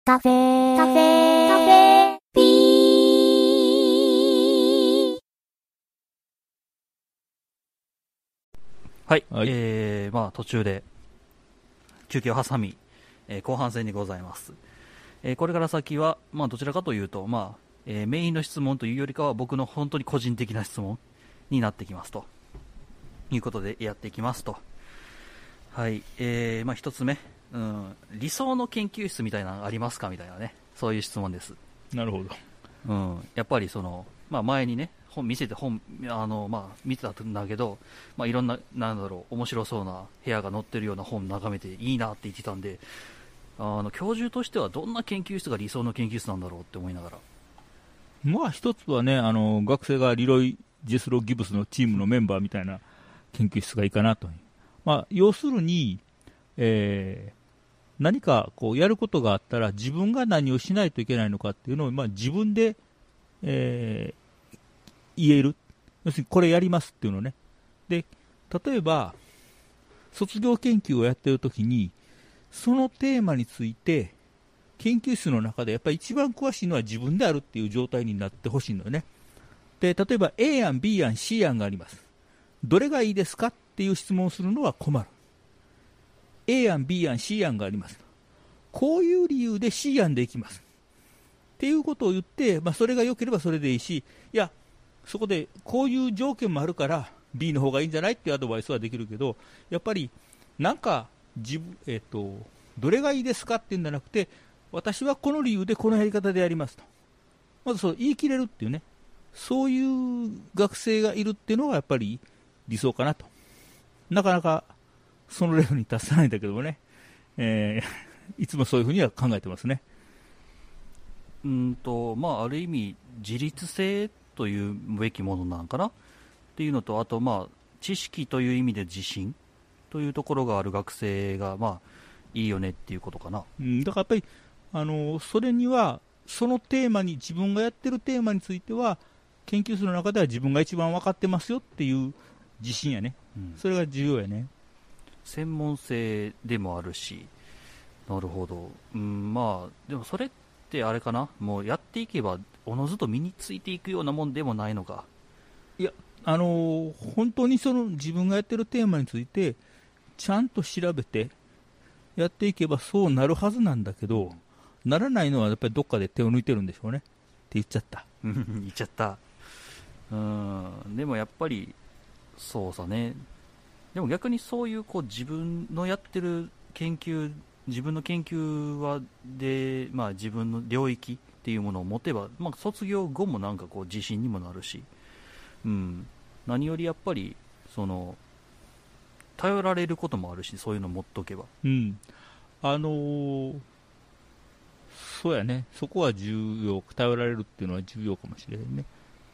カフェピー。 はい、 はい、 途中で休憩を挟み、後半戦にございます。これから先は、どちらかというと、メインの質問というよりかは僕の本当に個人的な質問になってきますということでやっていきますと。はい、一つ目、理想の研究室みたいなのありますかみたいなね、そういう質問です。 なるほど。 やっぱり前にね、見てたんだけど、いろんな、面白そうな部屋が載ってるような本眺めていいなって言ってたんで、教授としてはどんな研究室が理想の研究室なんだろうって思いながら。 一つはね、学生がリロイ・ジェスロ・ギブスのチームのメンバーみたいな研究室がいいかなと。要するに、何かこうやることがあったら自分が何をしないといけないのかっていうのを、自分で、言える。要するにこれやりますっていうのね。で、例えば、卒業研究をやっているときに、そのテーマについて、研究室の中でやっぱり一番詳しいのは自分であるっていう状態になってほしいのよね。で、例えば A 案、B 案、C 案があります。どれがいいですかっていう質問をするのは困る。A 案、B 案、C 案があります。こういう理由で C 案でいきます。っていうことを言って、それが良ければそれでいいし、いや、そこでこういう条件もあるから B の方がいいんじゃないっていうアドバイスはできるけど、やっぱりなんかどれがいいですかっていうんじゃなくて、私はこの理由でこのやり方でやりますと。まずそう言い切れるっていうね、そういう学生がいるっていうのがやっぱり理想かなと。なかなかそのレベルに達さないんだけどもね、いつもそういうふうには考えてますね。 ある意味自立性というべきものなのかなっていうのと、あと知識という意味で自信というところがある学生がいいよねっていうことかな。 だからやっぱりそれにはそのテーマに、自分がやってるテーマについては研究室の中では自分が一番分かってますよっていう自信やね、それが重要やね。 専門性でもあるし、なるほど。でもそれってあれかな、もうやっていけばおのずと身についていくようなもんでもないのか。 いや、本当にその自分がやってるテーマについてちゃんと調べてやっていけばそうなるはずなんだけど、ならないのはやっぱりどっかで手を抜いてるんでしょうねって言っちゃった言っちゃった。でもやっぱりそうさね。でも逆にそういう自分のやってる研究、自分の研究で、自分の領域っていうものを持てば、卒業後も自信にもなるし、何よりやっぱり頼られることもあるし、そういうの持っとけば。 そうやね、そこは重要、頼られるっていうのは重要かもしれないね。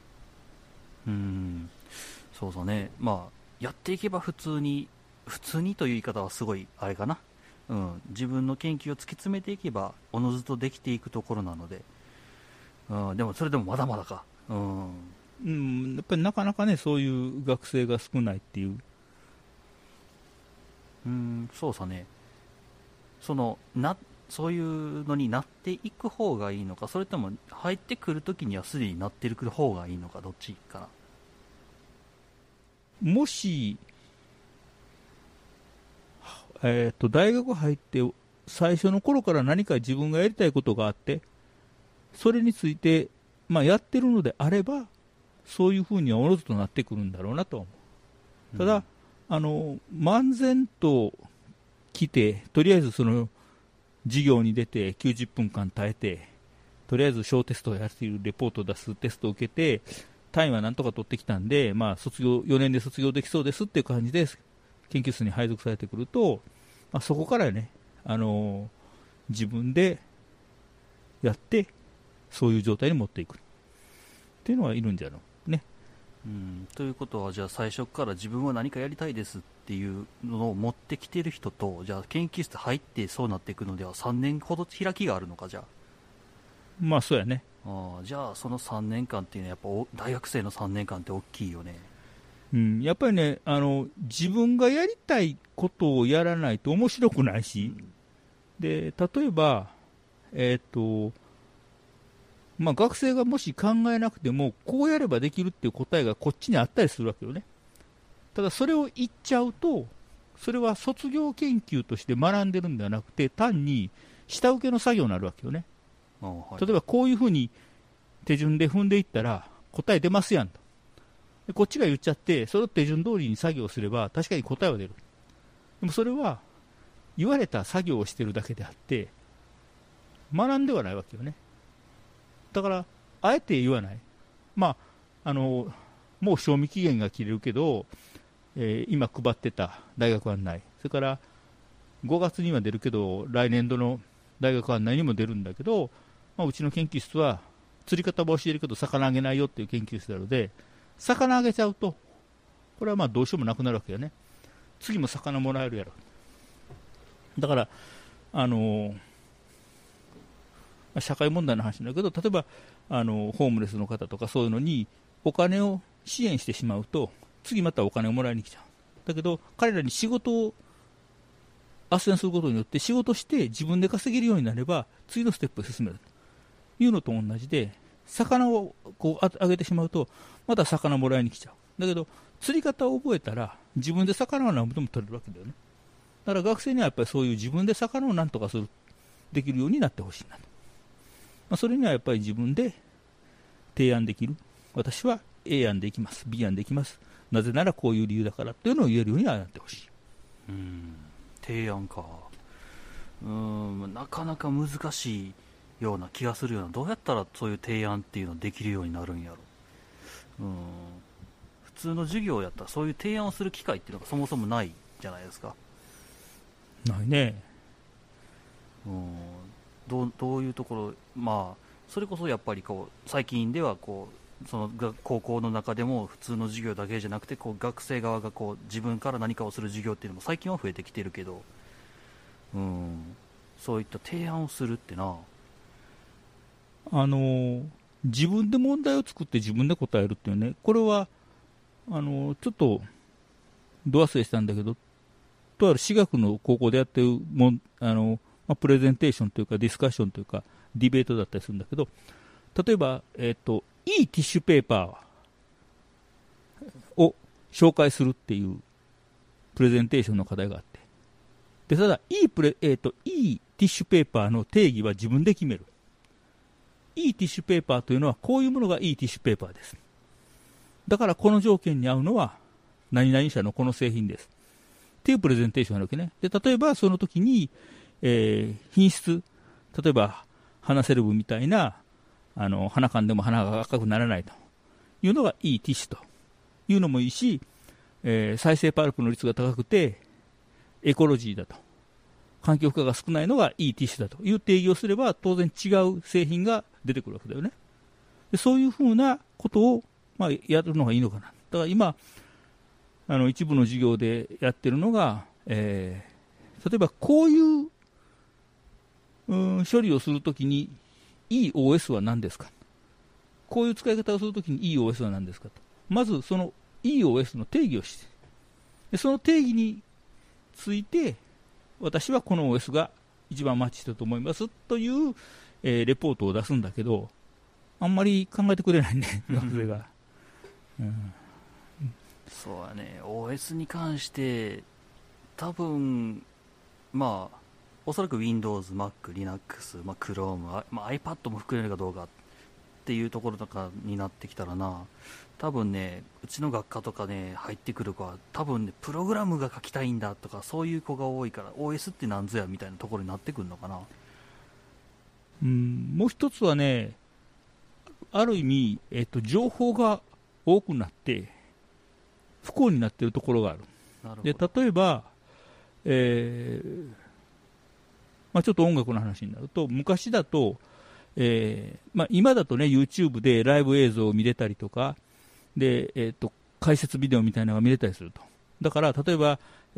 そうそうね。やっていけば普通にという言い方はすごいあれかな。自分の研究を突き詰めていけばおのずとできていくところなので、でもそれでもまだまだか。やっぱりなかなかね、そういう学生が少ないっていう。 そうさね。そういうのになっていく方がいいのか、それとも入ってくるときにはすでになっていく方がいいのか、どっちかな。 もし、大学入って最初の頃から何か自分がやりたいことがあって、それについて、やってるのであれば、そういうふうにはおのずとなってくるんだろうなと思う。ただ、漫然と来て、とりあえずその授業に出て90分間耐えて、とりあえず小テストをやっている、レポートを出す、テストを受けて、単位はなんとか取ってきたんで、4年で卒業できそうですっていう感じで研究室に配属されてくると、そこからね、自分でやってそういう状態に持っていくっていうのがいるんじゃろうね。 ということは、じゃあ最初から自分は何かやりたいですっていうのを持ってきてる人と、じゃあ研究室入ってそうなっていくのでは3年ほど開きがあるのか。じゃあそうやね。 じゃあその3年間っていうのはやっぱ大学生の3年間って大きいよね。 やっぱりね、自分がやりたいことをやらないと面白くないし、で例えば、 学生がもし考えなくても、こうやればできるっていう答えがこっちにあったりするわけよね。ただそれを言っちゃうと、それは卒業研究として学んでるんではなくて、単に下請けの作業になるわけよね。 はい、 例えばこういうふうに手順で踏んでいったら答え出ますやんと。でこっちが言っちゃって、それを手順通りに作業すれば確かに答えは出る。でもそれは言われた作業をしてるだけであって、学んではないわけよね。だからあえて言わない。もう賞味期限が切れるけど、今配ってた大学案内、それから5月には出るけど来年度の大学案内にも出るんだけど、うちの研究室は釣り方は教えるけど魚あげないよっていう研究室なので、魚あげちゃうとこれはどうしようもなくなるわけよね。次も魚もらえるやろ。だから社会問題の話なんだけど、例えばホームレスの方とかそういうのにお金を支援してしまうと、次またお金をもらいに来ちゃう。だけど彼らに仕事を斡旋することによって、仕事して自分で稼げるようになれば次のステップを進めるというのと同じで、魚をあげてしまうとまた魚もらいに来ちゃう。だけど釣り方を覚えたら自分で魚を何度も取れるわけだよね。だから学生にはやっぱりそういう自分で魚を何とかできるようになってほしいなと。それにはやっぱり自分で提案できる。私は A 案でいきます、 B 案でいきます、なぜならこういう理由だからっていうのを言えるようにはなってほしい。 提案か。なかなか難しいような気がするような。どうやったらそういう提案っていうのできるようになるんやろ。普通の授業やったらそういう提案をする機会っていうのがそもそもないじゃないですか。 ないね。 どういうところ、それこそやっぱり最近ではその高校の中でも普通の授業だけじゃなくて、学生側が自分から何かをする授業っていうのも最近は増えてきてるけど、そういった提案をするってな、 自分で問題を作って自分で答えるっていうね、これはちょっとど忘れしたんだけど、とある私学の高校でやってるプレゼンテーションというかディスカッションというかディベートだったりするんだけど、例えば、いいティッシュペーパーを紹介するっていうプレゼンテーションの課題があって、でただいいティッシュペーパーの定義は自分で決める。いいティッシュペーパーというのはこういうものがいいティッシュペーパーです。だからこの条件に合うのは何々社のこの製品ですっていうプレゼンテーションがあるわけね。で例えばその時に、品質、例えば鼻セレブみたいな鼻かんでも鼻が赤くならないというのがいいティッシュというのもいいし、再生パルプの率が高くてエコロジーだと、環境負荷が少ないのがいいティッシュだという定義をすれば、当然違う製品が出てくるわけだよね。でそういうふうなことを、やるのがいいのかな。だから今一部の授業でやってるのが、例えばこういう処理をするときにいい OS は何ですか、こういう使い方をするときにいい OS は何ですかと、まずそのいい OS の定義をして、でその定義について私はこの OS が一番マッチしたと思いますという、レポートを出すんだけど、あんまり考えてくれないね学生が、 そうやね。 OS に関して多分おそらく Windows、Mac、Linux、Chrome、iPad も含めるかどうかっていうところとかになってきたらな、多分ね、うちの学科とかね入ってくる子は多分ね、プログラムが書きたいんだとかそういう子が多いから OS って何ぞやみたいなところになってくるのかな。 もう一つはね、ある意味、情報が多くなって不幸になっているところがある。で例えば、ちょっと音楽の話になると、昔だと、今だとね YouTube でライブ映像を見れたりとかで、解説ビデオみたいなのが見れたりすると。だから例えば、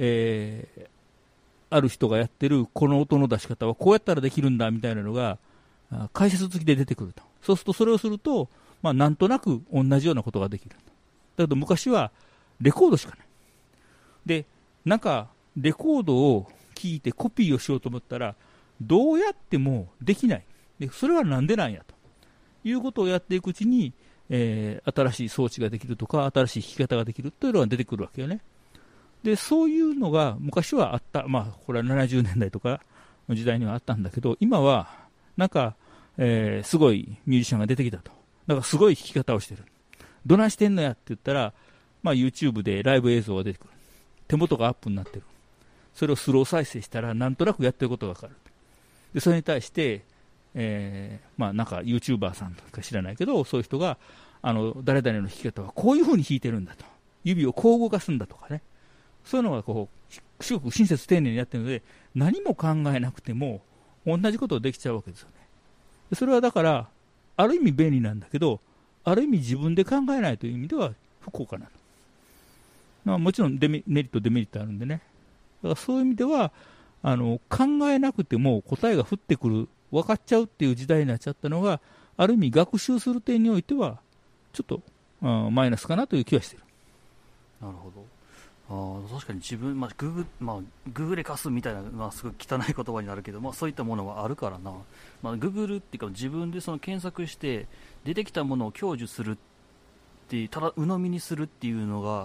ある人がやってるこの音の出し方はこうやったらできるんだみたいなのが解説付きで出てくると。そうするとそれをすると、なんとなく同じようなことができる。だけど昔はレコードしかない。でなんかレコードを聞いてコピーをしようと思ったらどうやってもできない。で、それはなんでなんやということをやっていくうちに、新しい装置ができるとか、新しい弾き方ができるというのが出てくるわけよね。で、そういうのが昔はあった。まあ、これは70年代とかの時代にはあったんだけど、今は、なんか、すごいミュージシャンが出てきたと。だからすごい弾き方をしてる。どないしてんのやって言ったら、まあ、YouTube でライブ映像が出てくる。手元がアップになってる。それをスロー再生したら、なんとなくやってることがわかる。で、それに対して、まあ、なんか YouTuber さんとか知らないけど、そういう人が、誰々の弾き方はこういう風に弾いてるんだと。指をこう動かすんだとかね。そういうのがこう、すごく親切丁寧にやってるので、何も考えなくても、同じことができちゃうわけですよね。それはだから、ある意味便利なんだけど、ある意味自分で考えないという意味では不幸かなと。まあ、もちろんメリット、デメリットあるんでね。だからそういう意味では、考えなくても答えが降ってくる、分かっちゃうっていう時代になっちゃったのが、ある意味学習する点においては、ちょっと、マイナスかなという気はしている。 なるほど。確かに自分、ググレカスみたいな、すごい汚い言葉になるけど、そういったものはあるからな、ググルっていうか自分でその検索して出てきたものを享受するってただ鵜呑みにするっていうのが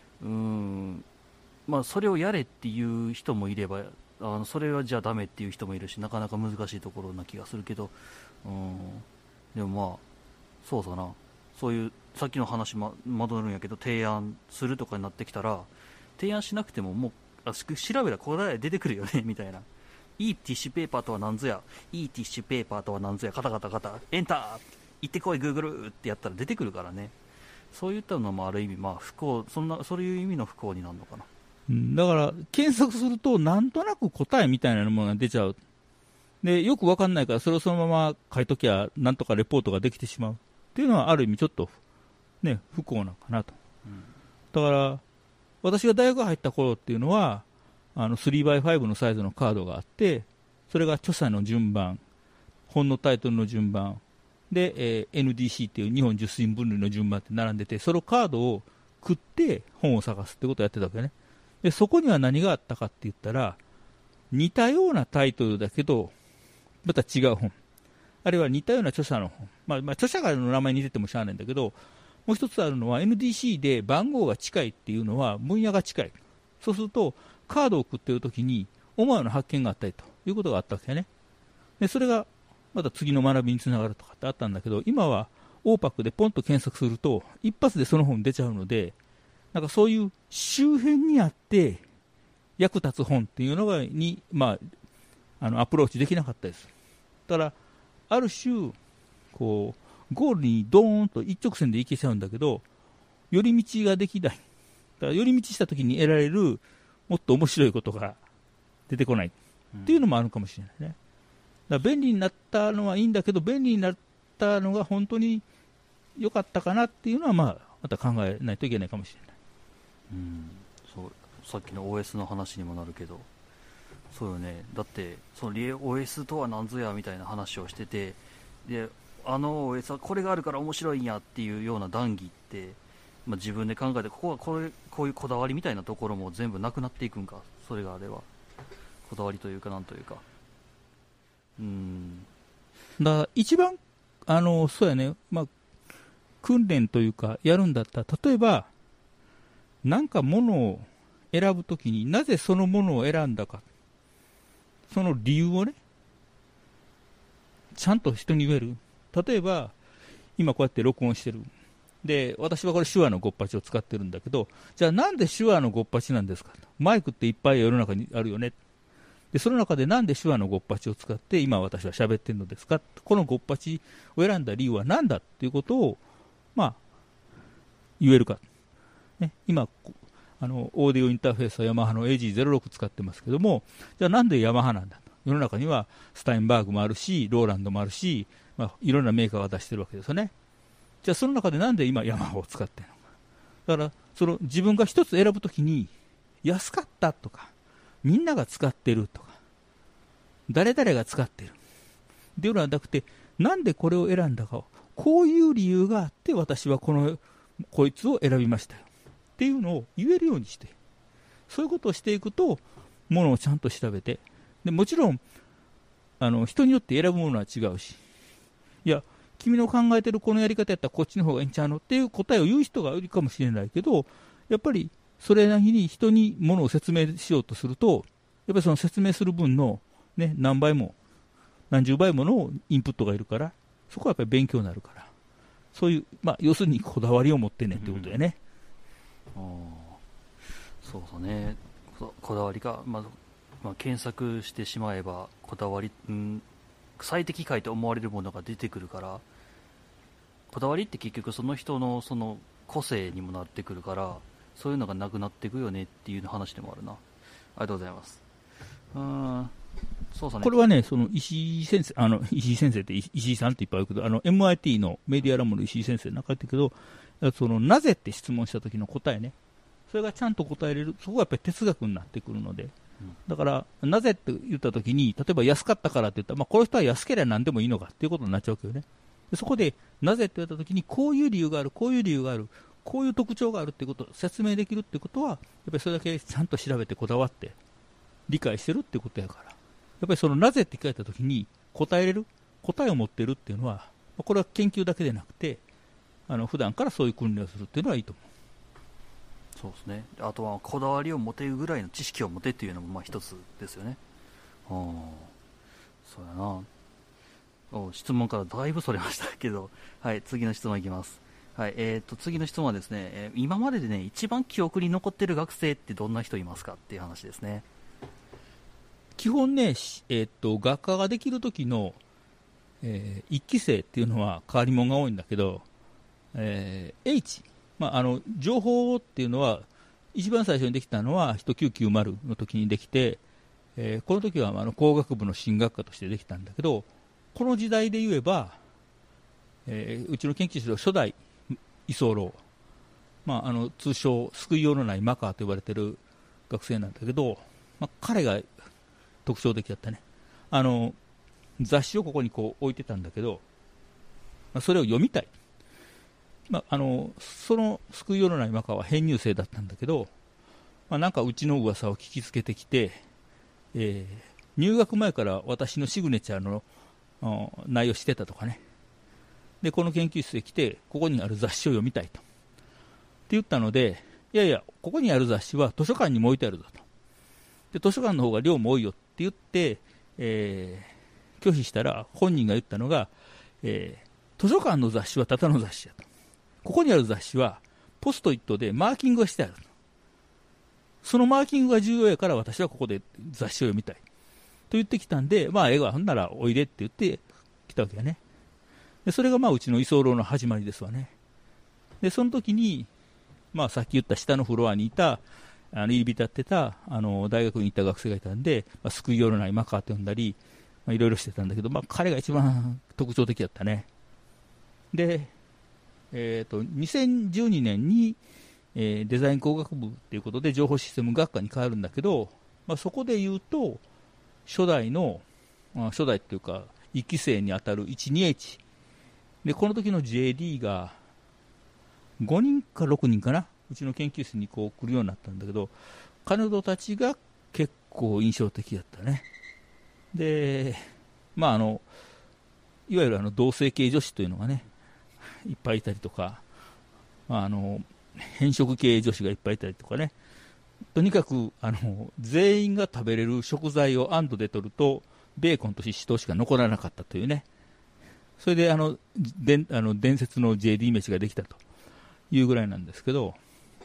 それをやれっていう人もいればそれはじゃあダメっていう人もいるし、なかなか難しいところな気がするけど、でもそうだな、そういうさっきの話戻るんやけど、提案するとかになってきたら、提案しなくてももう調べたら答え出てくるよねみたいな。いいティッシュペーパーとは何ぞや、いいティッシュペーパーとは何ぞや、カタカタカタエンター行ってこいグーグルってやったら出てくるからね。そういったのもある意味不幸、そういう意味の不幸になるのかな。 だから検索するとなんとなく答えみたいなものが出ちゃう。で、よくわかんないからそれをそのまま書いときゃなんとかレポートができてしまうっていうのはある意味ちょっとね、不幸なのかなと。だから私が大学入った頃っていうのは3x5 のサイズのカードがあって、それが著者の順番、本のタイトルの順番で、NDC っていう日本十進分類の順番って並んでて、そのカードを食って本を探すってことをやってたわけね。でそこには何があったかって言ったら、似たようなタイトルだけどまた違う本、あるいは似たような著者の本、著者の名前に似ててもしゃあないんだけど、もう一つあるのは NDC で番号が近いっていうのは分野が近い。そうするとカードを送っているときに思わぬ発見があったりということがあったわけね。でそれがまた次の学びにつながるとかってあったんだけど、今はオーパックでポンと検索すると一発でその本出ちゃうので、なんかそういう周辺にあって役立つ本っていうのに、アプローチできなかったです。だからある種こうゴールにドーンと一直線で行けちゃうんだけど、寄り道ができない。だから寄り道した時に得られるもっと面白いことが出てこないっていうのもあるかもしれないね。だから便利になったのはいいんだけど、便利になったのが本当に良かったかなっていうのはまた考えないといけないかもしれない。 そうさっきの OS の話にもなるけど、そうよね。だってそのOS とは何ぞやみたいな話をしてて、でOS はこれがあるから面白いんやっていうような談義って、自分で考えてこういうこだわりみたいなところも全部なくなっていくんか。それがあれはこだわりというかなんというか、 だから一番そうやね、訓練というかやるんだったら、例えば何かものを選ぶときになぜそのものを選んだか、その理由をねちゃんと人に言える。例えば今こうやって録音してる。で私はこれ手話のゴッパチを使ってるんだけど、じゃあなんで手話のゴッパチなんですかと。マイクっていっぱい世の中にあるよね。でその中でなんで手話のゴッパチを使って今私は喋ってるのですか。このゴッパチを選んだ理由は何だっていうことを言えるか、ね、今オーディオインターフェースはヤマハの AG06 使ってますけども、じゃあなんでヤマハなんだと。世の中にはスタインバーグもあるしローランドもあるし、いろんなメーカーが出してるわけですよね。じゃあその中でなんで今ヤマハを使ってるのか。だからその自分が一つ選ぶときに安かったとかみんなが使ってるとか誰々が使ってるっていうのはなくて、なんでこれを選んだかを、こういう理由があって私はこいつを選びましたよっていうのを言えるようにして、そういうことをしていくとものをちゃんと調べて、でもちろん人によって選ぶものは違うし、いや、君の考えてるこのやり方やったらこっちの方がいいんちゃうのっていう答えを言う人がいるかもしれないけど、やっぱりそれなりに人にものを説明しようとすると、やっぱりその説明する分の、ね、何倍も何十倍ものインプットがいるから、そこはやっぱり勉強になるから、そういう、要するにこだわりを持ってねってことやね。 そうそうね、こだわりが、検索してしまえばこだわり、最適解と思われるものが出てくるから、こだわりって結局その人のその個性にもなってくるから、そういうのがなくなっていくよねっていう話でもあるな。ありがとうございます。そうさね、 これはね、その石井先生、石井先生って石井さんっていっぱいいるけど、MIT のメディアラボの石井先生なんか言ってるけど、そのなぜって質問した時の答えね、それがちゃんと答えれる、そこがやっぱり哲学になってくるので、だからなぜって言った時に、例えば安かったからって言ったら、この人は安ければ何でもいいのかっていうことになっちゃうわけどね。でそこでなぜって言った時に、こういう理由がある、こういう理由がある、こういう特徴があるっていうことを説明できるってことは、やっぱりそれだけちゃんと調べてこだわって理解してるってことやから、やっぱりそのなぜって聞かれた時に答えれる、答えを持ってるっていうのは、これは研究だけでなくて、普段からそういう訓練をするっていうのはいいと思う。 そうですね。あとはこだわりを持てるぐらいの知識を持てっていうのも一つですよね。そうやな。質問からだいぶそれましたけど、はい、次の質問いきます。はい、次の質問はですね、今まででね、一番記憶に残ってる学生ってどんな人いますかっていう話ですね。 基本ね、学科ができる時の、1期生っていうのは変わり者が多いんだけど、H、情報っていうのは一番最初にできたのは1990の時にできて、この時は工学部の進学科としてできたんだけど、この時代で言えば、うちの研究室の初代居候、通称救いようのないマカーと呼ばれてる学生なんだけど、彼が特徴的だったね。雑誌をここにこう置いてたんだけど、それを読みたい。その救いようのないマカーは編入生だったんだけど、なんかうちの噂を聞きつけてきて、入学前から私のシグネチャーの内容してたとかね。で、この研究室へ来て、ここにある雑誌を読みたいと。って言ったので、いやいや、ここにある雑誌は図書館にも置いてあるぞと。で、図書館の方が量も多いよって言って、拒否したら、本人が言ったのが、図書館の雑誌はただの雑誌だと。ここにある雑誌は、ポストイットでマーキングがしてあると。そのマーキングが重要やから私はここで雑誌を読みたい。と言ってきたんで、ええわ、ほんならおいでって言って来たわけやね。でそれがうちの居候の始まりですわね。で、その時に、さっき言った下のフロアにいた、入り浸ってた、大学に行った学生がいたんで、救いようのないマカーと呼んだり、いろいろしてたんだけど、彼が一番特徴的だったね。で、2012年に、デザイン工学部ということで情報システム学科に変わるんだけど、そこで言うと、初代っていうか、1期生に当たる 1,2H。で、この時の JD が5人か6人かな、うちの研究室にこう来るようになったんだけど、彼女たちが結構印象的だったね。で、いわゆる同性系女子というのがね、いっぱいいたりとか、変色系女子がいっぱいいたりとかね、とにかく全員が食べれる食材を安堵で取るとベーコンとシシトウしか残らなかったというね、それで伝説の JD 飯ができたというぐらいなんですけど、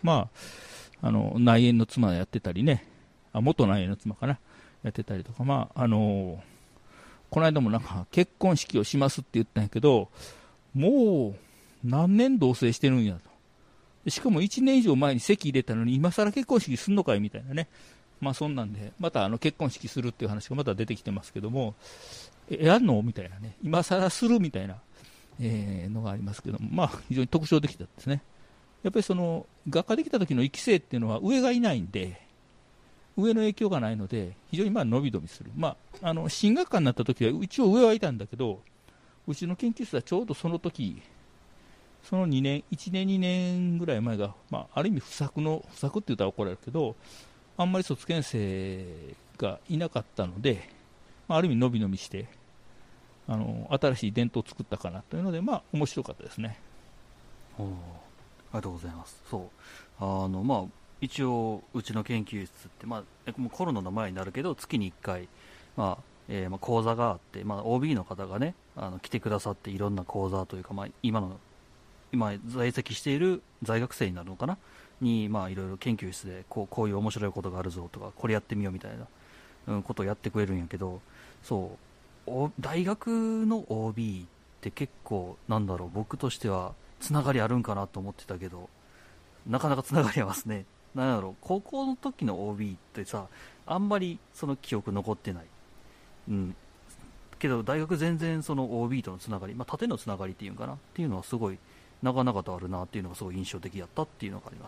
内縁の妻やってたりね、元内縁の妻かな、やってたりとか、この間もなんか結婚式をしますって言ったんやけど、もう何年同棲してるんやと。しかも1年以上前に籍入れたのに今更結婚式すんのかいみたいなね。そんなんで、また結婚式するっていう話がまた出てきてますけども、やんのみたいなね。今更するみたいな、のがありますけども、非常に特徴的だったですね。やっぱりその、学科できた時の1期生っていうのは上がいないんで、上の影響がないので、非常に伸び伸びする。進学科になった時は一応上はいたんだけど、うちの研究室はちょうどその時、その1年2年ぐらい前が、ある意味不作って言ったら怒られるけど、あんまり卒検生がいなかったので、 ある意味伸び伸びして新しい伝統を作ったかなというので、面白かったですね。 ありがとうございます。そう一応うちの研究室って、もうコロナの前になるけど月に1回、講座があって、OB の方がね来てくださって、いろんな講座というか、今在籍している在学生になるのかなに、いろいろ研究室でこういう面白いことがあるぞとか、これやってみようみたいな、ことをやってくれるんやけど、大学の OB って結構僕としてはつながりあるんかなと思ってたけど、なかなかつながりありますね。高校の時の OB ってさ、あんまりその記憶残ってない、けど大学全然その OB とのつながり、縦のつながりっていうんかなっていうのはすごい長々とあるなっていうのがすごい印象的だったっていうのがあります。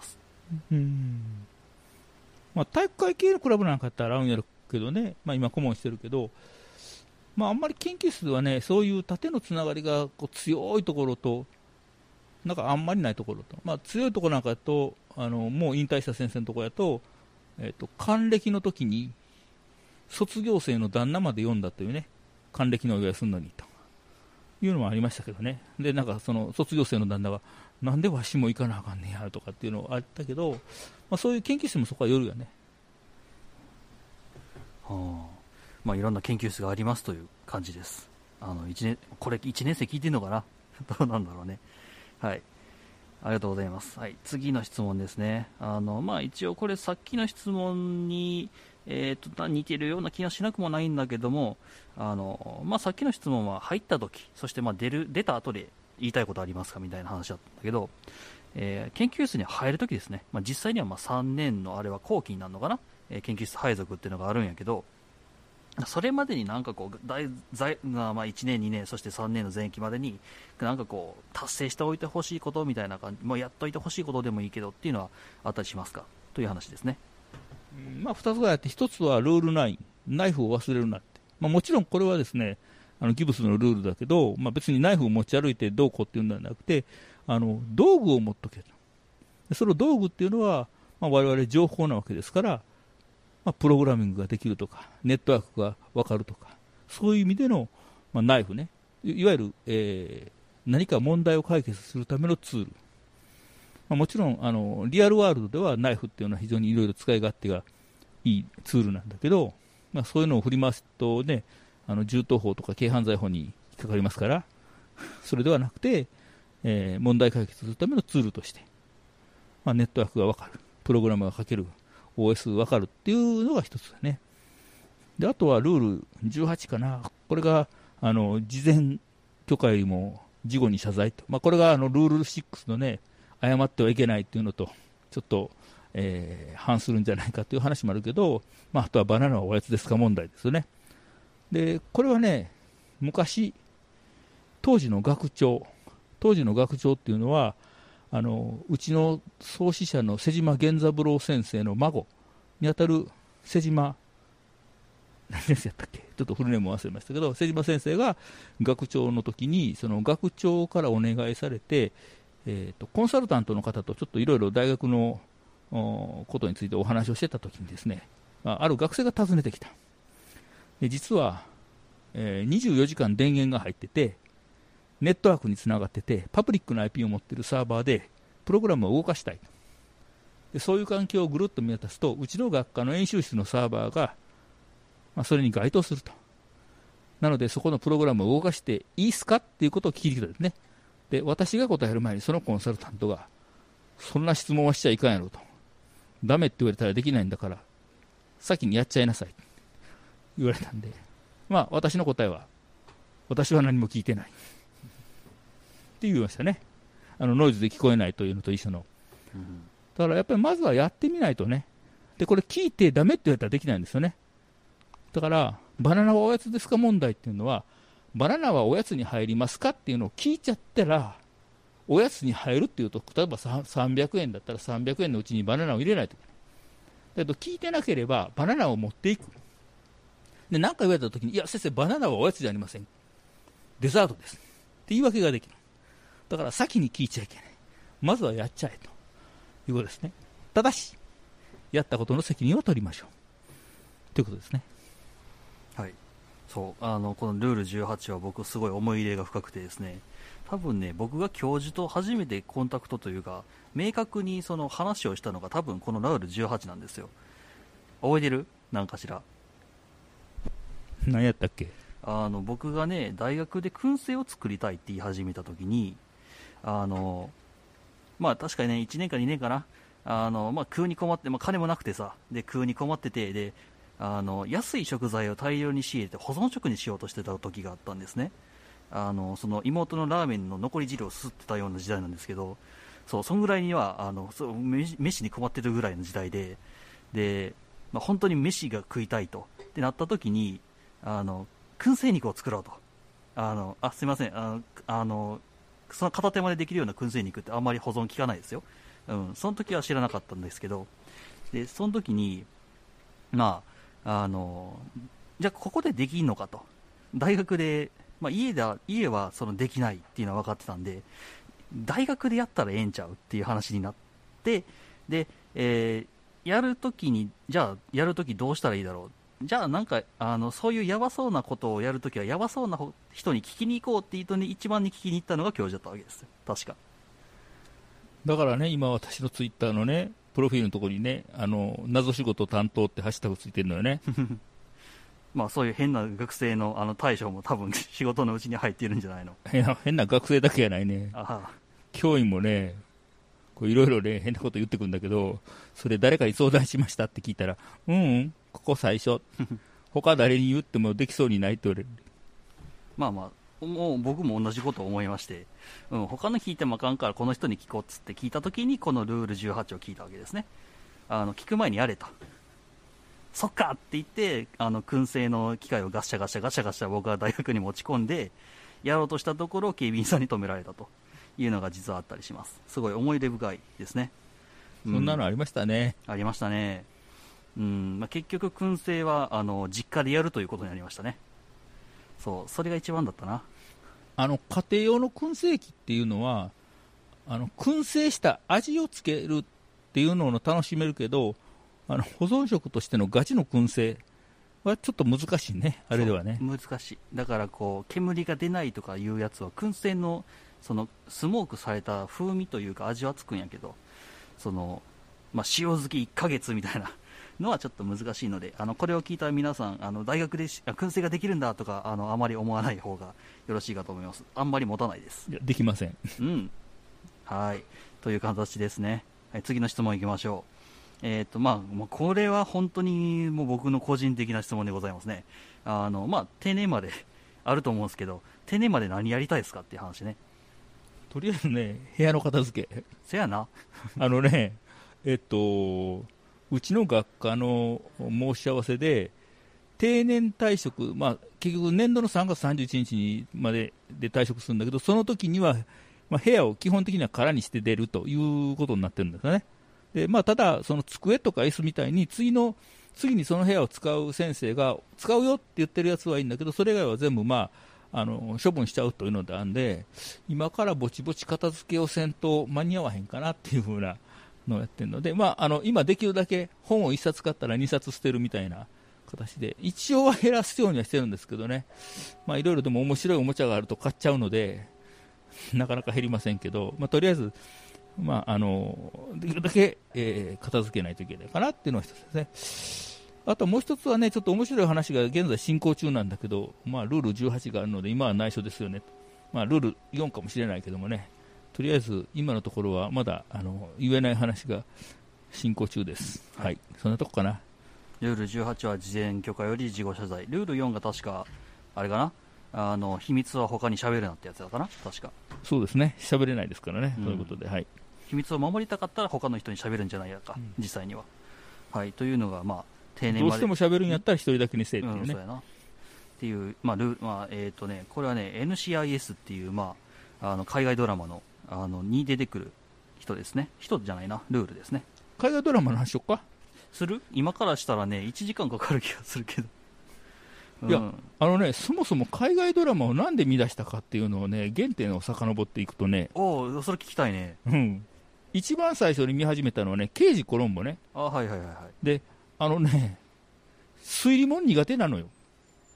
体育会系のクラブなんかやったらあるんやるけどね、今顧問してるけど、あんまり研究室ではね、そういう縦のつながりが強いところと、あんまりないところと、強いところなんかだともう引退した先生のところやと、還暦の時に卒業生の旦那まで読んだというね、還暦のお祝いするのにというのもありましたけどね。でその卒業生の旦那がなんでわしも行かなあかんねやとかっていうのはあったけど、そういう研究室もそこはよるよね。 いろんな研究室がありますという感じです。これ1年生聞いてるのかなどうなんだろうね。はい、ありがとうございます。はい、次の質問ですね。一応これさっきの質問に、似てるような気がしなくもないんだけども、さっきの質問は入った時、そして出た後で言いたいことありますかみたいな話だったんだけど、研究室に入る時ですね、実際には3年のあれは後期になるのかな、研究室配属っていうのがあるんやけど、それまでに1年2年そして3年の前期までに達成しておいてほしいことみたいな感じ、やっといてほしいことでもいいけどっていうのはあったりしますかという話ですね。 2つぐらいあって、1つはルール9、ナイフを忘れるなって、もちろんこれはですねギブスのルールだけど、別にナイフを持ち歩いてどうこうっていうんではなくて、道具を持っとけと。その道具っていうのは、我々情報なわけですから、プログラミングができるとかネットワークが分かるとか、そういう意味での、ナイフね、いわゆる、何か問題を解決するためのツール、もちろんリアルワールドではナイフっていうのは非常にいろいろ使い勝手がいいツールなんだけど、そういうのを振り回すとね、銃刀法とか軽犯罪法に引っかかりますから、それではなくて、問題解決するためのツールとして、ネットワークが分かる、プログラムが書ける、OS 分かるっていうのが一つだね。であとはルール18かな、これが事前許可よりも事後に謝罪と、これがルール6のね、謝ってはいけないっていうのとちょっと、反するんじゃないかという話もあるけど、あとはバナナはおやつですか問題ですよね。でこれはね、昔当時の学長っていうのはうちの創始者の瀬島源三郎先生の孫にあたる瀬島何先生やったっけ、ちょっとフルネーム忘れましたけど、瀬島先生が学長の時にその学長からお願いされて、コンサルタントの方とちょっといろいろ大学のことについてお話をしてた時にですね、ある学生が訪ねてきた。で実は、24時間電源が入っててネットワークにつながっててパブリックな IP を持っているサーバーでプログラムを動かしたい。でそういう環境をぐるっと見渡すと、うちの学科の演習室のサーバーが、それに該当すると。なのでそこのプログラムを動かしていいっすかっていうことを聞いてきたんですね。で私が答える前にそのコンサルタントが、そんな質問はしちゃいかんやろと、ダメって言われたらできないんだから先にやっちゃいなさいって言われたんで、私の答えは、私は何も聞いてないって言いましたね。ノイズで聞こえないというのと一緒の。だからやっぱりまずはやってみないとね。でこれ聞いてダメって言われたらできないんですよね。だからバナナはおやつですか問題っていうのは、バナナはおやつに入りますかっていうのを聞いちゃったら、おやつに入るっていうと、例えば300円だったら300円のうちにバナナを入れないといけない。だけど聞いてなければバナナを持っていく。で何か言われたときに、いや先生バナナはおやつじゃありません、デザートですって言い訳ができる。だから先に聞いちゃいけない。まずはやっちゃえということですね。ただしやったことの責任を取りましょうということですね。 はい、 そうこのルール18は僕すごい思い入れが深くてですね、多分ね、僕が教授と初めてコンタクトというか明確にその話をしたのが多分このルール18なんですよ。覚えてる？なんかしら。 何やったっけ？ 僕がね、大学で燻製を作りたいって言い始めた時に、まあ確かにね、1年か2年かな、まあ食うに困って、まあ金もなくてさ、で食うに困ってて、で安い食材を大量に仕入れて保存食にしようとしてた時があったんですね。その妹のラーメンの残り汁をすすってたような時代なんですけど、そんぐらいにはそう飯に困ってるぐらいの時代で、まあ、本当に飯が食いたいとってなった時に燻製肉を作ろうと。すいません、その片手までできるような燻製肉ってあんまり保存効かないですよ。その時は知らなかったんですけど、でその時にまあじゃあここでできんのかと。大学で、まあ、家はそのできないっていうのは分かってたんで、大学でやったらええんちゃうっていう話になって、で、やるときに、じゃあやるときどうしたらいいだろう、じゃあなんかそういうやばそうなことをやるときはやばそうな人に聞きに行こうって言うとね、一番に聞きに行ったのが教授だったわけですよ、確か。 だからね、今私のツイッターのね、プロフィールのところにね、謎仕事担当ってハッシュタグついてるのよね。 まあそういう変な学生の大将も多分仕事のうちに入っているんじゃないの。 変な学生だけやないね。教員もね、いろいろね、変なこと言ってくるんだけど、それ誰かに相談しましたって聞いたら、ここ最初、他誰に言ってもできそうにないって言われる。まあまあ、もう僕も同じことを思いまして、他の聞いてもあかんからこの人に聞こうっつって聞いたときにこのルール18を聞いたわけですね。聞く前にやれと。そっかって言って、燻製の機械をガシャガシャ僕は大学に持ち込んで、やろうとしたところ、警備員さんに止められたというのが実はあったりします。すごい思い出深いですね。 そんなのありましたね。 ありましたね。まあ、結局、燻製は実家でやるということになりましたね。それが一番だったな。 家庭用の燻製機っていうのは、燻製した味をつけるっていうのを楽しめるけど、保存食としてのガチの燻製はちょっと難しいね、あれではね。 難しい。だから煙が出ないとかいうやつは燻製のそのスモークされた風味というか味はつくんやけど、まあ、塩漬け1ヶ月みたいなのはちょっと難しいので、これを聞いた皆さん、大学で燻製ができるんだとかあまり思わない方がよろしいかと思います。あんまり持たないです。 いや、できません。 はい、という形ですね。はい、次の質問いきましょう。まあ、これは本当にもう僕の個人的な質問でございますね。まあ、定年まであると思うんですけど、定年まで何やりたいですかっていう話ね。 とりあえずね、部屋の片付け。 せやな。 ね、うちの学科の申し合わせで、定年退職、まあ、結局年度の3月31日までで退職するんだけど、その時には、まあ、部屋を基本的には空にして出るということになってるんですよね。で、まあ、ただ、その机とか椅子みたいに次にその部屋を使う先生が使うよって言ってるやつはいいんだけど、それ以外は全部、まあ、処分しちゃうというのであんで、今からぼちぼち片付けをせんと間に合わへんかなっていう風なのをやってるので、まあ、今できるだけ本を1冊買ったら2冊捨てるみたいな形で、一応は減らすようにはしてるんですけどね、まあ、いろいろでも面白いおもちゃがあると買っちゃうので、なかなか減りませんけど、まあ、とりあえず、まあ、できるだけ、片付けないといけないかなっていうのが一つですね。あともう一つはね、ちょっと面白い話が現在進行中なんだけど、まあ、ルール18があるので、今は内緒ですよね。まあ、ルール4かもしれないけどもね、とりあえず今のところはまだ言えない話が進行中です。はい、そんなとこかな。 ルール18は事前許可より事後謝罪。ルール4が確か、あれかな、秘密は他に喋るなってやつだかな、確か。 そうですね、喋れないですからね、そういうことで、はい。 秘密を守りたかったら他の人に喋るんじゃないやか、実際には。はい、というのが、まあ、定年まで。 どうしても喋るんやったら一人だけにせえっていうね。 そうやな。っていう、まあ、これはね、NCIS っていう、まあ、海外ドラマの、に出てくる人ですね。人じゃないな、ルールですね。 海外ドラマの話しよっか。 する？今からしたらね、1時間かかる気がするけど。 いや、そもそも海外ドラマをなんで見出したかっていうのをね、原点を遡っていくとね、 それ聞きたいね。 一番最初に見始めたのはね、刑事コロンボね。 はいはいはいはい。 で、推理もん苦手なのよ。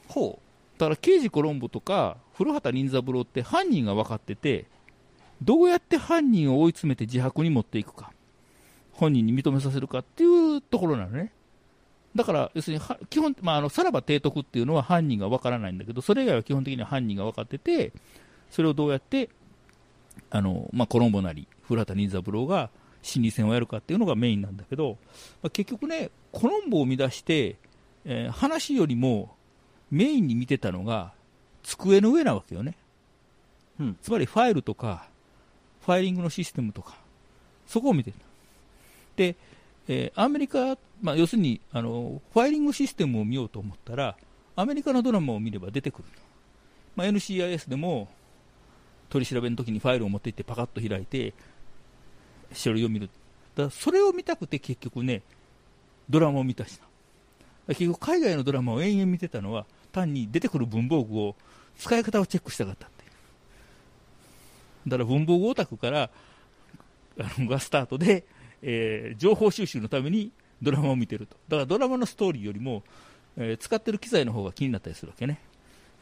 ほだから刑事コロンボとか古畑任三郎って犯人が分かってて、どうやって犯人を追い詰めて自白に持っていくか、本人に認めさせるかっていうところなのね。だから要するに基本、さらば提督っていうのは犯人が分からないんだけど、それ以外は基本的には犯人が分かってて、それをどうやってコロンボなり古畑任三郎が心理戦をやるかっていうのがメインなんだけど、結局ね、コロンボを生み出して、話よりもメインに見てたのが机の上なわけよね、 う。うん。 つまりファイルとかファイリングのシステムとか、そこを見てる。で、アメリカ、要するにファイリングシステムを見ようと思ったらアメリカのドラマを見れば出てくる。NCIS でも取り調べの時にファイルを持っていってパカッと開いて書類を見る。だからそれを見たくて結局ね、ドラマを見たしな。結局海外のドラマを延々見てたのは単に出てくる文房具を使い方をチェックしたかったっていう。だから文房具オタクからがスタートで、情報収集のためにドラマを見てると。だからドラマのストーリーよりも、使ってる機材の方が気になったりするわけね。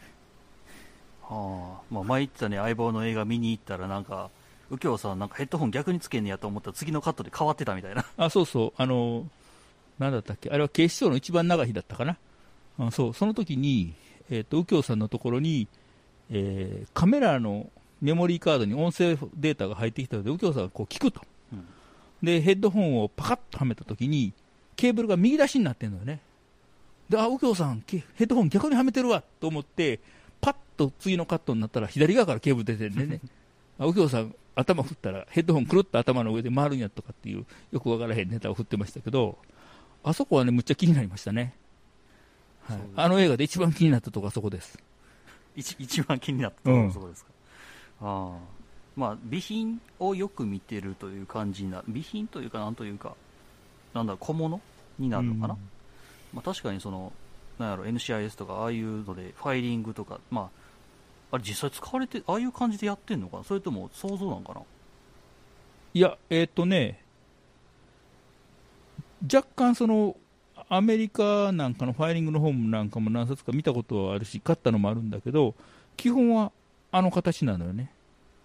はあ。前言ってたね、相棒の映画見に行ったらなんか、右京さんなんかヘッドホン逆につけんねやと思ったら次のカットで変わってたみたいな。 あ、そうそう、なんだったっけ、あれは警視庁の一番長い日だったかな。その時に、右京さんのところに、カメラのメモリーカードに音声データが入ってきたので、右京さんがこう聞くと。 うん。 で、ヘッドホンをパカッとはめた時に、ケーブルが右出しになってるのよね。で、右京さん、ヘッドホン逆にはめてるわと思って、パッと次のカットになったら左側からケーブル出てるんでね。右京さん、頭振ったらヘッドホンくるっと頭の上で回るんやとかっていう、よくわからへんネタを振ってましたけど、あそこはね、むっちゃ気になりましたね。はい、あの映画で一番気になったとこはそこです。 一番気になったところはそこですか。備品をよく見てるという感じになる。備品というか、なんというか、小物になるのかな。確かにNCIS とか、ああいうので、ファイリングとか、あれ実際使われて、ああいう感じでやってんのかな、それとも想像なんかな。 いや、若干アメリカなんかのファイリングの本なんかも何冊か見たことはあるし、買ったのもあるんだけど、基本はあの形なのよね。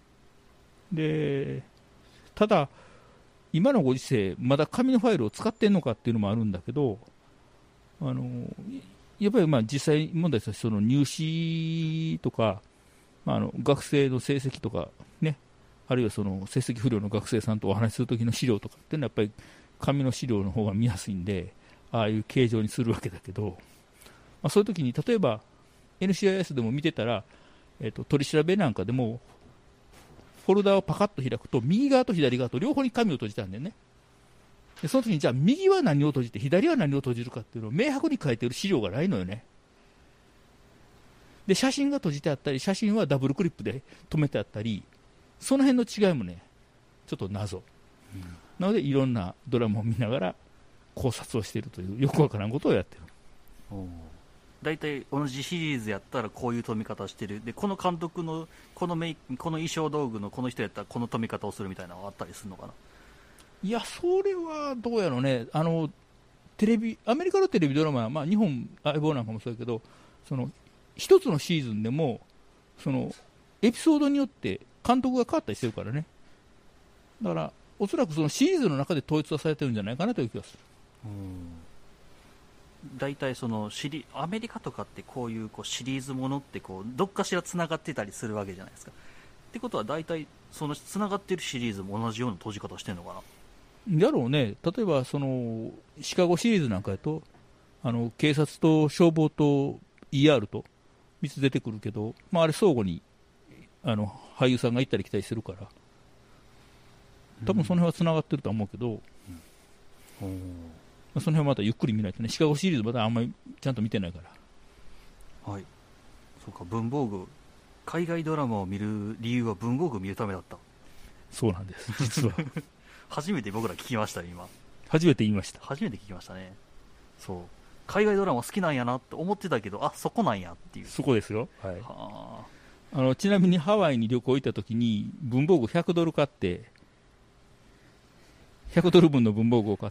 で、ただ、今のご時世、まだ紙のファイルを使ってんのかっていうのもあるんだけど、やっぱり実際問題として入試とか、学生の成績とかね、あるいは成績不良の学生さんとお話しするときの資料とかっていうのはやっぱり紙の資料の方が見やすいんで、ああいう形状にするわけだけど、そういうときに例えば NCIS でも見てたら、取り調べなんかでもフォルダをパカッと開くと右側と左側と両方に紙を閉じたんだよね。でその時にじゃあ右は何を閉じて左は何を閉じるかっていうのを明白に書いてる資料がないのよね。で写真が閉じてあったり、写真はダブルクリップで止めてあったり、その辺の違いもねちょっと謎、なのでいろんなドラマを見ながら考察をしているというよくわからんことをやってる。 だいたい同じシリーズやったらこういう止め方してる、でこの監督のこの衣装道具のこの人やったらこの止め方をするみたいなのがあったりするのかな。 いや、それはどうやろうね。アメリカのテレビドラマは、日本相棒なんかもそうやけど、一つのシーズンでもエピソードによって監督が変わったりしてるからね。だからおそらくそのシリーズの中で統一はされてるんじゃないかなという気がする。 大体アメリカとかってこういうシリーズものってどっかしらつながってたりするわけじゃないですか。ってことは大体つながってるシリーズも同じような閉じ方してるのかな。 だろうね。例えばシカゴシリーズなんかやと警察と消防と ER と3つ出てくるけど、あれ相互に俳優さんが行ったり来たりするから、多分その辺はつながってるとは思うけど、その辺はまたゆっくり見ないとね。シカゴシリーズまだあんまりちゃんと見てないから。 はい。そうか、文房具、海外ドラマを見る理由は文房具を見るためだった。 そうなんです、実は。 初めて僕ら聞きましたね、今。 初めて言いました。 初めて聞きましたね。そう。海外ドラマ好きなんやなって思ってたけど、そこなんやっていう。 そこですよ。はい。ちなみにハワイに旅行行った時に文房具100ドル買って、100ドル分の文房具を買って、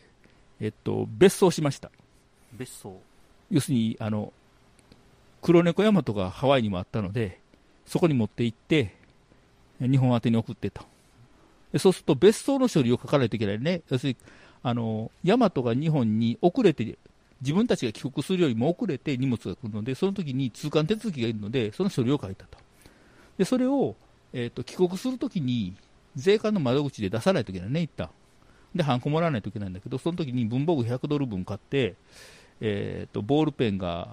別荘しました。 別荘。 要するに黒猫ヤマトがハワイにもあったので、そこに持って行って日本宛てに送ってと。でそうすると別荘の処理を書かないといけないね。要するにヤマトが日本に遅れて、自分たちが帰国するよりも遅れて荷物が来るので、その時に通関手続きがいるので、その処理を書いたと。でそれを、帰国するときに税関の窓口で出さないといけないね、一旦。で、ハンコもらわないといけないんだけど、その時に文房具100ドル分買って、ボールペンが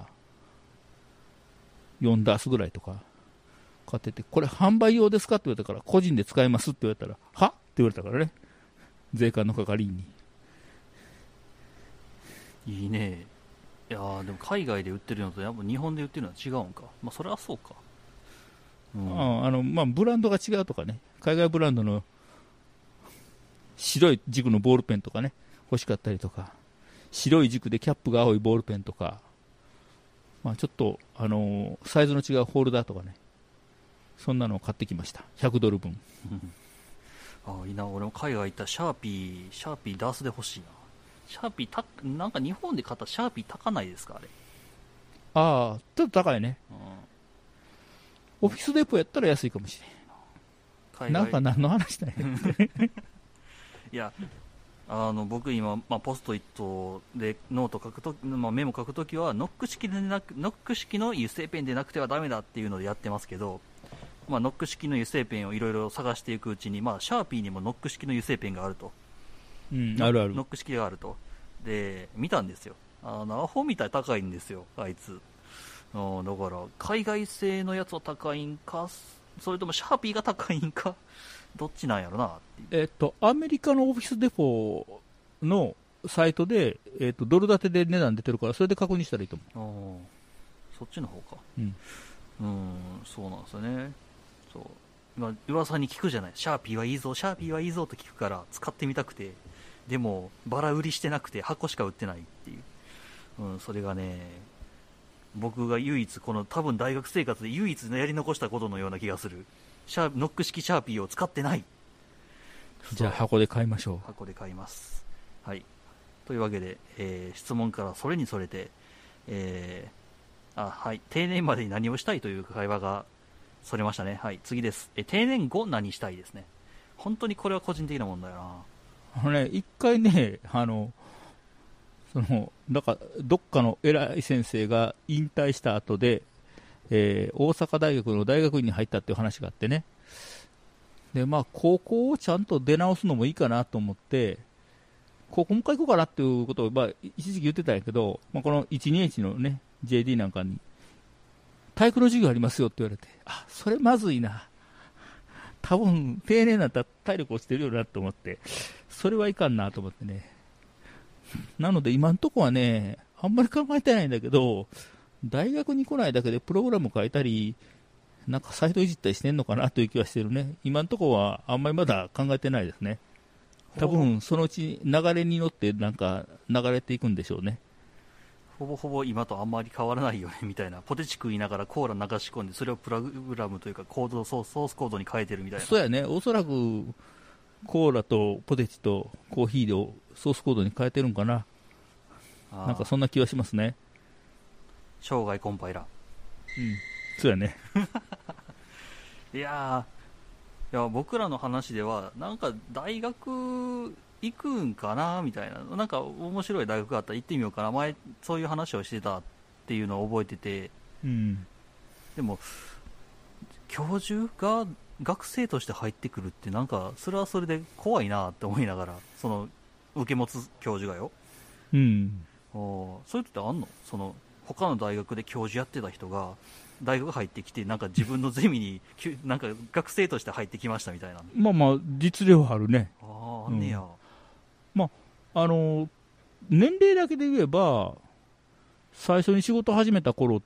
4ダースぐらいとか買ってて、これ販売用ですかって言われたから、個人で使えますって言われたら、はって言われたからね、税関の係員に。 いいね。いやーでも海外で売ってるのとやっぱ日本で売ってるのは違うんか。まあそれはそうか。 ブランドが違うとかね、海外ブランドの白い軸のボールペンとかね、欲しかったりとか、白い軸でキャップが青いボールペンとか、ちょっと、サイズの違うホールダーとかね、そんなのを買ってきました。100ドル分。 いいな。俺も海外行ったらシャーピーダースで欲しいな。シャーピーなんか日本で買ったシャーピー高ないですか、あれ。 ちょっと高いね。オフィスデポやったら安いかもしれん。なんか何の話だよ。 いや、僕今、ポストイットでノート書くとき、メモ書くときはノック式の油性ペンでなくてはダメだっていうのでやってますけど、ノック式の油性ペンをいろいろ探していくうちに、シャーピーにもノック式の油性ペンがあると。 あるある。 ノック式があると。で、見たんですよ。アホみたい高いんですよ、あいつ。だから海外製のやつは高いんか、それともシャーピーが高いんか、どっちなんやろなっていう。 アメリカのオフィスデポのサイトで、ドル建てで値段出てるから、それで確認したらいいと思う。そっちの方か。そうなんですよね。そう、今噂に聞くじゃない。シャーピーはいいぞ、シャーピーはいいぞと聞くから使ってみたくて、でもバラ売りしてなくて箱しか売ってないっていう。それがね、僕が唯一、この多分大学生活で唯一やり残したことのような気がする。ノック式シャーピーを使ってない。 じゃあ箱で買いましょう。 箱で買います。はい。というわけで、質問からそれにそれて、はい。定年までに何をしたいという会話がそれましたね。はい。次です。定年後何したいですね。本当にこれは個人的な問題だな。 一回ね、だからどっかの偉い先生が引退した後で、大阪大学の大学院に入ったっていう話があってね。で、高校をちゃんと出直すのもいいかなと思って、高校もう一回行こうかなっていうことを、一時期言ってたんやけど、この 1,2H のね、JD なんかに、体育の授業ありますよって言われて、それまずいな。多分、定年になったら体力落ちてるよなと思って、それはいかんなと思ってね。なので今のところはね、あんまり考えてないんだけど、大学に来ないだけでプログラム書いたり、なんかサイトいじったりしてんのかなという気はしてるね。今のところはあんまりまだ考えてないですね。多分そのうち流れに乗ってなんか流れていくんでしょうね。 ほぼほぼ今とあんまり変わらないよねみたいな。ポテチ食いながらコーラ流し込んで、それをプログラムというかソースコードに変えてるみたいな。 そうやね。おそらくコーラとポテチとコーヒーでソースコードに変えてるんかな。なんかそんな気はしますね。 生涯コンパイラー。 そうやね。 いや僕らの話ではなんか大学行くんかなみたいな、なんか面白い大学があったら行ってみようかな、前そういう話をしてたっていうのを覚えてて、でも教授が学生として入ってくるってなんかそれはそれで怖いなって思いながら、その受け持つ教授がよ、そういうのってあんの？その他の大学で教授やってた人が大学入ってきて、なんか自分のゼミになんか学生として入ってきましたみたいな。 実例はあるね。 あんねや。 年齢だけで言えば、最初に仕事始めた頃って、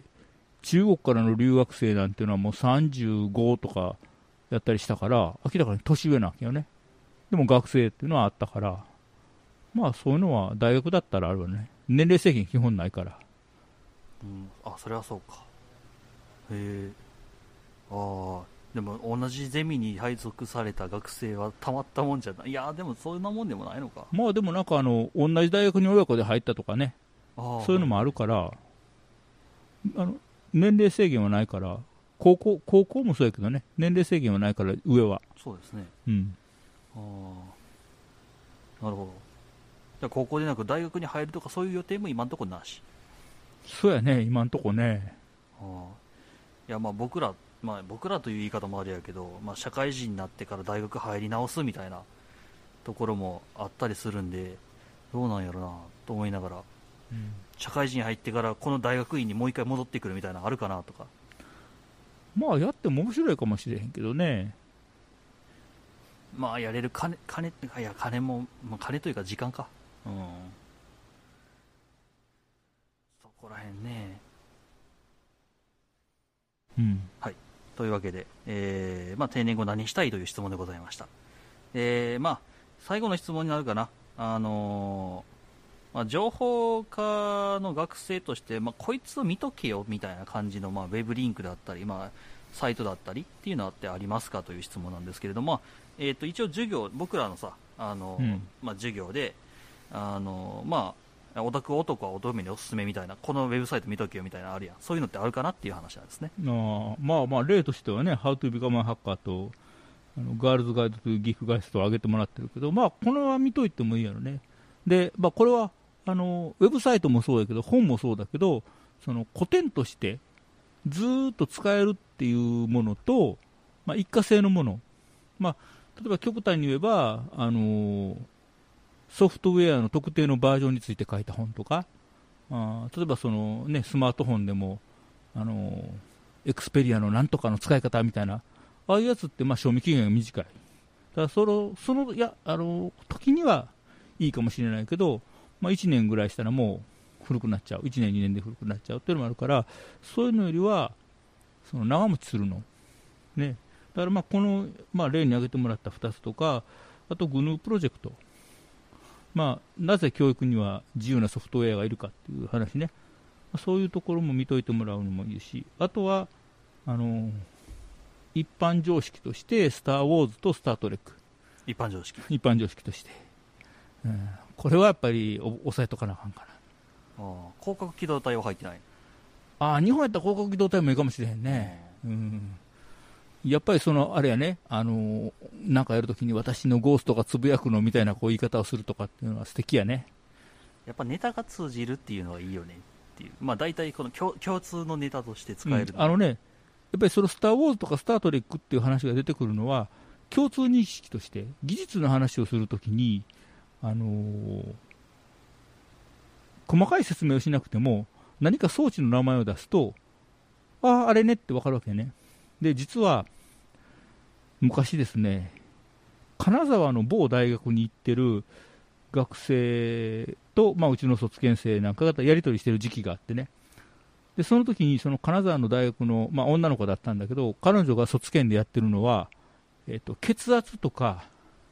中国からの留学生なんていうのはもう35とかやったりしたから、明らかに年上なわけよね。でも学生っていうのはあったから、そういうのは大学だったらあるわね。年齢制限基本ないから。 それはそうか。でも同じゼミに配属された学生はたまったもんじゃない。いやでもそんなもんでもないのか。 でもなんか同じ大学に親子で入ったとかね、そういうのもあるから、 年齢制限はないから、高校もそうやけどね、年齢制限はないから、上は。 そうですね。 うん。 ああ、なるほど。じゃあ高校でなく大学に入るとかそういう予定も今んとこなし。 そうやね、今んとこね。 ああ。いや、僕らという言い方もあれやけど、社会人になってから大学入り直すみたいなところもあったりするんで、どうなんやろなと思いながら、 うん、 社会人入ってからこの大学院にもう一回戻ってくるみたいなのあるかなとか。 まあやっても面白いかもしれへんけどね。 やれる金も、金というか時間か。うん。そこらへんね。 うん。 はい。というわけで、定年後何したいという質問でございました。最後の質問になるかな。情報科の学生として、こいつを見とけよみたいな感じの、ウェブリンクだったり、サイトだったりっていうのはってありますかという質問なんですけれども、一応授業、僕らのさ、授業で、オタク男は乙女におすすめみたいな、このウェブサイト見とけよみたいなのあるやん。そういうのってあるかなっていう話なんですね。 例としてはね、How to Become a Hacker と、ガールズガイドというギークガイストを上げてもらってるけど、これは見といてもいいやろね。で、これは、ウェブサイトもそうだけど、本もそうだけど、その古典としてずーっと使えるっていうものと、一過性のもの。例えば極端に言えば、ソフトウェアの特定のバージョンについて書いた本とか、例えばスマートフォンでも、エクスペリアのなんとかの使い方みたいな、ああいうやつって賞味期限が短い。だから時にはいいかもしれないけど、1年ぐらいしたらもう古くなっちゃう。1年、2年で古くなっちゃうっていうのもあるから、そういうのよりは、長持ちするの。ね。だからこの、例に挙げてもらった2つとか、あと GNU プロジェクト。なぜ教育には自由なソフトウェアがいるかっていう話ね。そういうところも見といてもらうのもいいし、あとは、一般常識として、スター・ウォーズとスター・トレック。 一般常識として。これはやっぱり押さえとかなあかんかな。 広角機動隊は入ってない。 日本やったら広角機動隊もいいかもしれへんね。やっぱりあれやね、なんかやるときに私のゴーストがつぶやくのみたいな言い方をするとかっていうのは素敵やね。 やっぱネタが通じるっていうのはいいよねっていう。大体この共通のネタとして使える、 やっぱりスター・ウォーズとかスター・トレックっていう話が出てくるのは、共通認識として、技術の話をするときに、細かい説明をしなくても、何か装置の名前を出すと、あれねって分かるわけね。で、実は、昔ですね、金沢の某大学に行ってる学生と、うちの卒検生なんかがやり取りしてる時期があってね。で、その時に、金沢の大学の、女の子だったんだけど、彼女が卒検でやってるのは、血圧とか、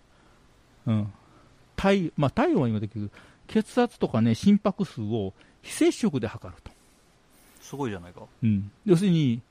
体温は今できる。血圧とかね、心拍数を非接触で測ると。 すごいじゃないか。 要するに、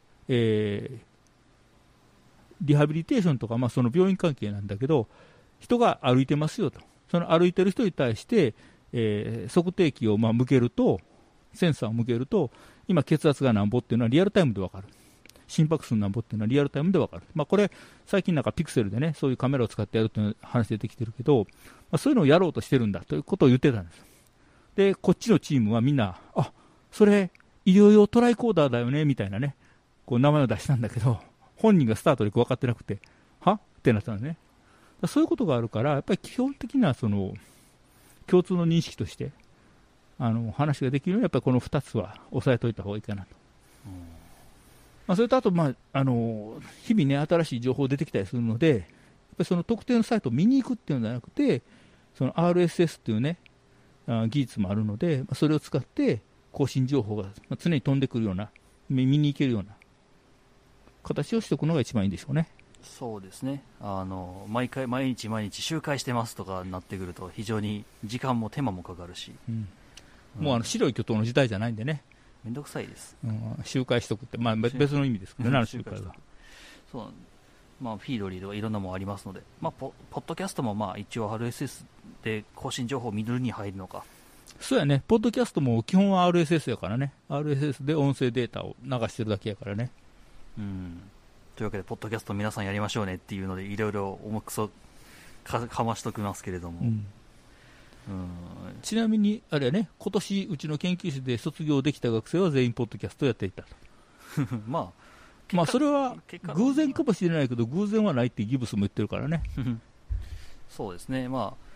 リハビリテーションとか、その病院関係なんだけど、人が歩いてますよと。その歩いてる人に対して、測定器を向けると、センサーを向けると、今血圧がなんぼっていうのはリアルタイムで分かる。心拍数なんぼっていうのはリアルタイムで分かる。これ、最近なんかピクセルでね、そういうカメラを使ってやるっていう話出てきてるけど、そういうのをやろうとしてるんだということを言ってたんです。で、こっちのチームはみんな、それ、医療用トライコーダーだよね、みたいなね、名前を出したんだけど、本人がスタートで分かってなくて、はってなったんですね。そういうことがあるから、やっぱり基本的な共通の認識として、話ができるように、やっぱりこの2つは押さえておいた方がいいかなと。それとあと、日々ね、新しい情報出てきたりするので、やっぱりその特定のサイトを見に行くっていうのではなくて、RSS っていうね、技術もあるので、それを使って更新情報が常に飛んでくるような、見に行けるような形をしておくのが一番いいんでしょうね。 そうですね。毎日周回してますとかになってくると、非常に時間も手間もかかるし。 もう白い巨頭の時代じゃないんでね。 めんどくさいです。 周回しとくって、別の意味ですけどね、周回は。 そう、フィードリーとかいろんなものありますので、ポッドキャストも一応 RSS で更新情報を見るに入るのか、 そうやね、ポッドキャストも基本は RSS やからね、RSS で音声データを流してるだけやからね。 というわけで、ポッドキャスト皆さんやりましょうねっていうので、いろいろ重くそかましときますけれども、 ちなみに、あれやね、今年うちの研究室で卒業できた学生は全員ポッドキャストをやっていたと。 まあそれは偶然かもしれないけど、偶然はないってギブスも言ってるからね。 そうですね、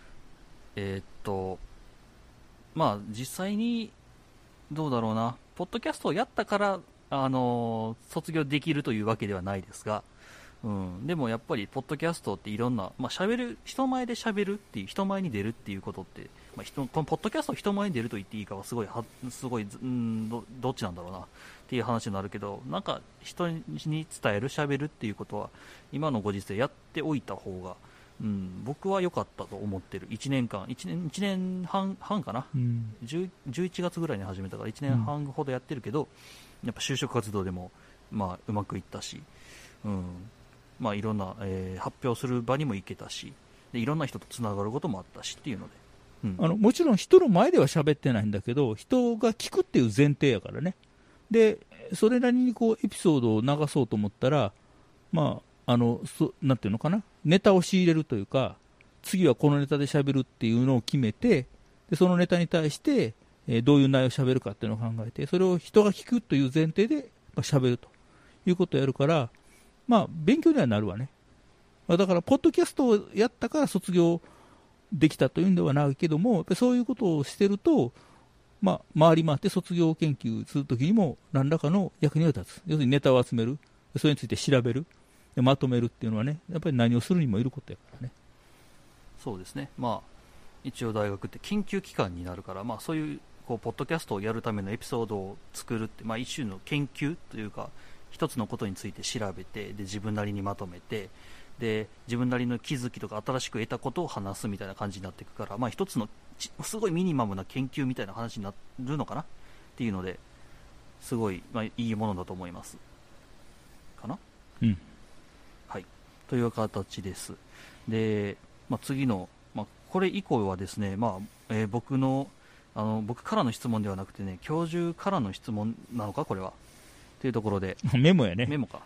実際にどうだろうな、ポッドキャストをやったから卒業できるというわけではないですが、でもやっぱりポッドキャストっていろんな、人前で喋るっていう、人前に出るっていうことって、このポッドキャストを人前に出ると言っていいかはすごいどっちなんだろうなっていう話になるけど、なんか人に伝える、喋るっていうことは今のご時世やっておいた方が、僕は良かったと思ってる。1年半かな、11月ぐらいに始めたから1年半ほどやってるけど、やっぱ就職活動でもうまくいったし、いろんな、発表する場にも行けたし、でいろんな人とつながることもあったしっていうので、 もちろん人の前では喋ってないんだけど、人が聞くっていう前提やからね。でそれなりにこうエピソードを流そうと思ったら、なんていうのかな、ネタを仕入れるというか、次はこのネタで喋るっていうのを決めて、でそのネタに対して、どういう内容を喋るかっていうのを考えて、それを人が聞くという前提で喋るということをやるから、勉強にはなるわね。だからポッドキャストをやったから卒業できたというんではないけども、やっぱりそういうことをしてると、回り回って卒業研究するときにも何らかの役には立つ。要するにネタを集める、それについて調べる、でまとめるっていうのはね、やっぱり何をするにもいることやからね。 そうですね。一応大学って研究機関になるから、そういうポッドキャストをやるためのエピソードを作るって、一種の研究というか、一つのことについて調べて、で自分なりにまとめて、で自分なりの気づきとか新しく得たことを話すみたいな感じになっていくから、一つのすごいミニマムな研究みたいな話になるのかなっていうので、すごい、いいものだと思いますかな。はい、という形です。で、次の、これ以降はですね、僕からの質問ではなくてね、教授からの質問なのかこれはというところでメモやね。 メモか。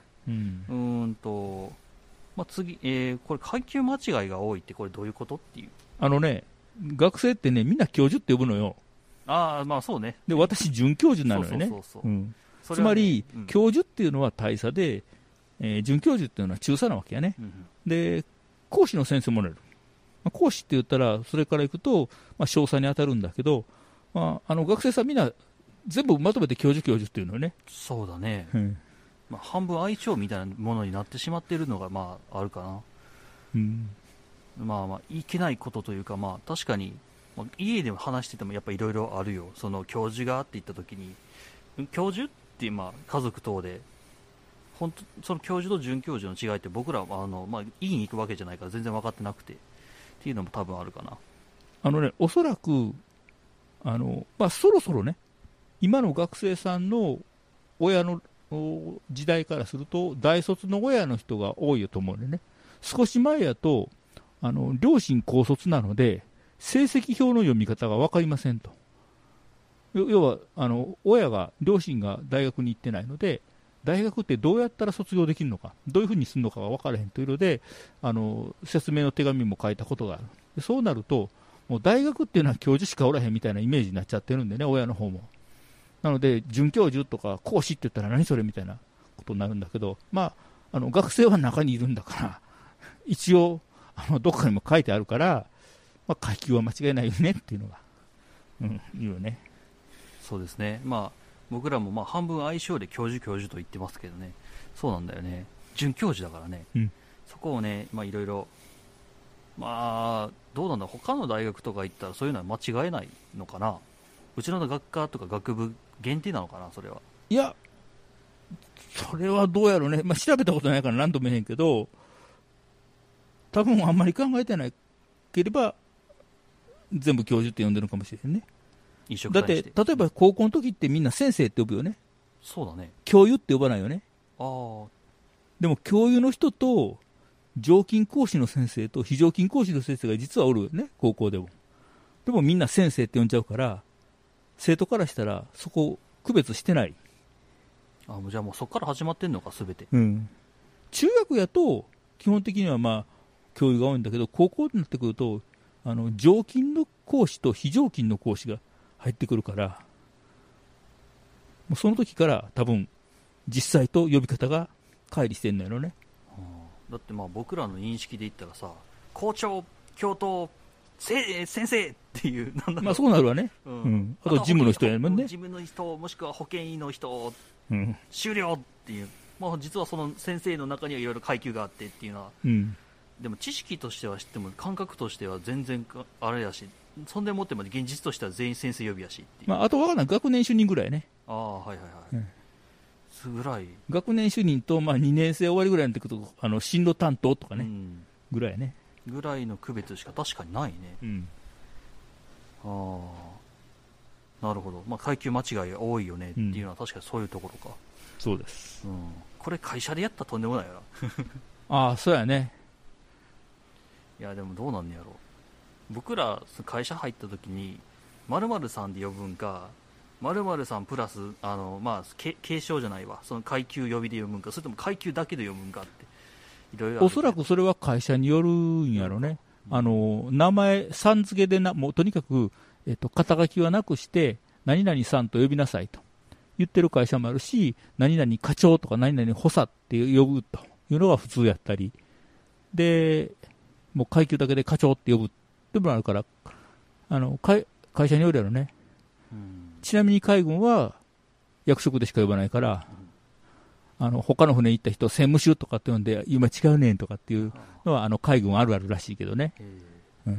次、これ階級間違いが多いってこれどういうことっていう。 学生ってね、みんな教授って呼ぶのよ。 そうね。 で私准教授なのよね。つまり、教授っていうのは大佐で、准教授っていうのは中佐なわけやね。で講師の先生もらえる。講師って言ったらそれからいくと、少佐に当たるんだけど、学生さんみんな全部まとめて教授っていうのよね。 そうだね。半分相性みたいなものになってしまっているのがあるかな。いけないことというか、確かに、家でも話しててもやっぱいろいろあるよ。その教授がって言った時に、教授って家族等で本当その教授と准教授の違いって僕らは言いに行くわけじゃないから全然分かってなくてっていうのも多分あるかな。 おそらくそろそろね、今の学生さんの親の時代からすると大卒の親の人が多いと思うんでね。少し前やと両親高卒なので成績表の読み方が分かりませんと。要は両親が大学に行ってないので、大学ってどうやったら卒業できるのか、どういうふうにするのかが分からへんというので、説明の手紙も書いたことがある。でそうなるともう大学っていうのは教授しかおらへんみたいなイメージになっちゃってるんでね、親の方も。なので准教授とか講師って言ったら何それみたいなことになるんだけど、学生は中にいるんだから一応どこかにも書いてあるから、階級は間違いないよねっていうのが、いいよね。 そうですね。僕らも半分相性で教授と言ってますけどね。そうなんだよね。准教授だからね。そこをね、いろいろどうなんだ、他の大学とか行ったらそういうのは間違えないのかな。うちの学科とか学部限定なのかな、それは。 いや、それはどうやろうね。調べたことないから何とも言えへんけど、多分あんまり考えてなければ全部教授って呼んでるかもしれへんね。だって例えば高校の時ってみんな先生って呼ぶよね。 そうだね。 教諭って呼ばないよね。でも教諭の人と常勤講師の先生と非常勤講師の先生が実はおるよね、高校でも。 でもみんな先生って呼んじゃうから、生徒からしたらそこを区別してない。 もうじゃあもうそこから始まってんのか、すべて。 うん。中学やと、基本的にはまあ、教諭が多いんだけど、高校になってくると、常勤の講師と非常勤の講師が入ってくるから、もうその時から多分、実際と呼び方が乖離してんのやろね。 だってまあ僕らの認識で言ったらさ、校長、教頭、先生っていう、なんだろう、 まあそうなるわね。 ううんん。あと事務の人やもんね。 事務の人、もしくは保健医の人、 うん。 終了っていう、まあ、実はその先生の中にはいろいろ階級があってっていうのは、 うん。 でも知識としては知っても、感覚としては全然あれやし、そんでもっても現実としては全員先生呼びやしっていう。 まあ、あとわからない。学年主任ぐらいやね。 ああ、はいはいはい。 うんすぐらい。 学年主任と、まあ、2年生終わりぐらいになってくると、進路担当とかね、 うん、 ぐらいやね。 ぐらいの区別しか確かにないね。 うん。 ああ、なるほど。まあ、階級間違い多いよねっていうのは確かにそういうところか。 そうです。 うん。これ会社でやったらとんでもないよな。 ああ、そうやね。 いや、でもどうなんねやろ。僕ら会社入った時に、〇〇さんで呼ぶんか、〇〇さんプラス、まあ、継承じゃないわ。その階級呼びで呼ぶんか、それとも階級だけで呼ぶんかって、いろいろある。 おそらくそれは会社によるんやろね。名前、さん付けでもうとにかく、肩書きはなくして、何々さんと呼びなさいと言ってる会社もあるし、何々課長とか何々補佐って呼ぶというのが普通やったり、で、もう階級だけで課長って呼ぶってもあるから、会社によるやろね。ちなみに海軍は役職でしか呼ばないから、他の船行った人、専務手とかって呼んで、今違うねんとかっていうのは、海軍あるあるらしいけどね。うん、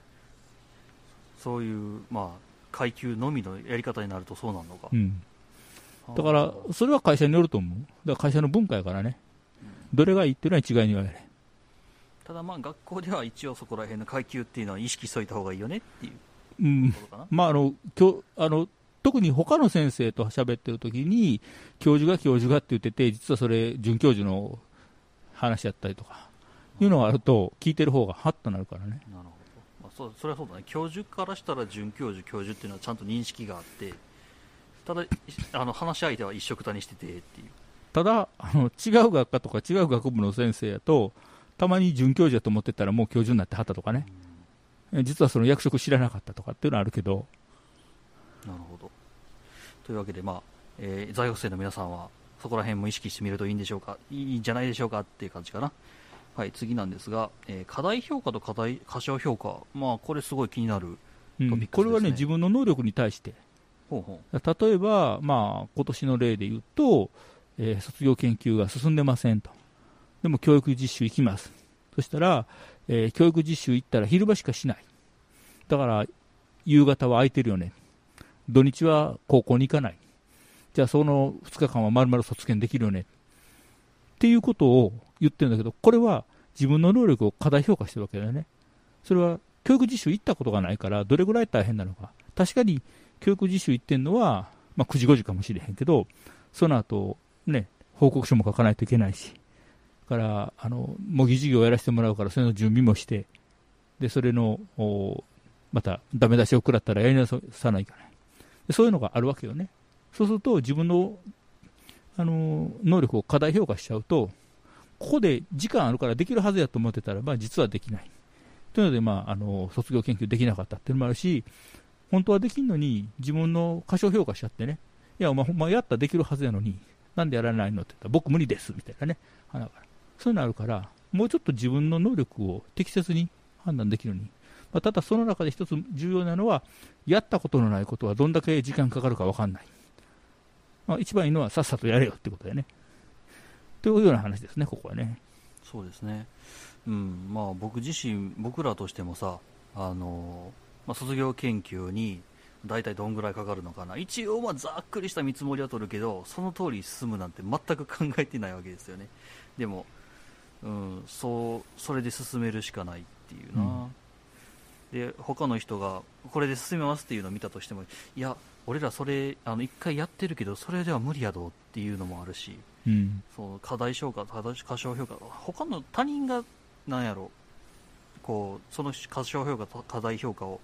そういう、まあ、階級のみのやり方になるとそうなのか。 うん、だから、それは会社によると思う。だから会社の文化やからね。どれがいいっていうのは一概には言われ。 ただまあ、学校では一応そこら辺の階級っていうのは意識しといた方がいいよねっていう。 うん。まあ、特に他の先生と喋ってるときに、教授がって言ってて、実はそれ、准教授の話やったりとか、いうのがあると、聞いてる方がハッとなるからね。 なるほど。まあ、それはそうだね。教授からしたら准教授、教授っていうのはちゃんと認識があって、ただ、話し相手は一緒くたにしててっていう。 ただ、違う学科とか違う学部の先生やと、たまに准教授やと思ってたらもう教授になってはったとかね。実はその役職知らなかったとかっていうのはあるけど。 なるほど。というわけで、まあ在学生の皆さんはそこら辺も意識してみるといいんじゃないでしょうかっていう感じかな。はい、次なんですが、課題評価と過小評価、まあ、これすごい気になるトピックスですね。 これはね、自分の能力に対して。例えば、まあ、今年の例で言うと、卒業研究が進んでませんと。でも教育実習行きます。そしたら、教育実習行ったら昼間しかしない。だから夕方は空いてるよね。土日は高校に行かない。じゃあその2日間は丸々卒検できるよね。っていうことを言ってるんだけど、これは自分の能力を過大評価してるわけだよね。それは教育実習行ったことがないから、どれぐらい大変なのか。確かに教育実習行ってるのは、まあ、9時5時かもしれへんけど、その後ね、報告書も書かないといけないし。から模擬授業をやらせてもらうから、それの準備もして、でそれのまたダメ出しを食らったらやり直さないといけない。そういうのがあるわけよね。そうすると自分の能力を過大評価しちゃうと、ここで時間あるからできるはずやと思ってたら、まあ、実はできないというので、まあ、卒業研究できなかったっていうのもあるし、本当はできんのに自分の過小評価しちゃってね、いや、お前やったらできるはずやのになんでやらないのって言ったら、僕無理ですみたいなね、そういうのあるから、もうちょっと自分の能力を適切に判断できるように。まあ、ただその中で一つ重要なのは、やったことのないことはどんだけ時間かかるか分かんない。まあ、一番いいのはさっさとやれよってことだよね。というような話ですね、ここはね。 そうですね。うん、まあ僕らとしてもさ、まあ、卒業研究に大体どんぐらいかかるのかな。一応まあざっくりした見積もりは取るけど、その通り進むなんて全く考えてないわけですよね。でも、それで進めるしかないっていうな。で、他の人がこれで進めますっていうのを見たとしても、いや、俺らそれ一回やってるけどそれでは無理やどっていうのもあるし、そう過大評価、過小評価、他の他人がなんやろ、こうその過小評価と過大評価を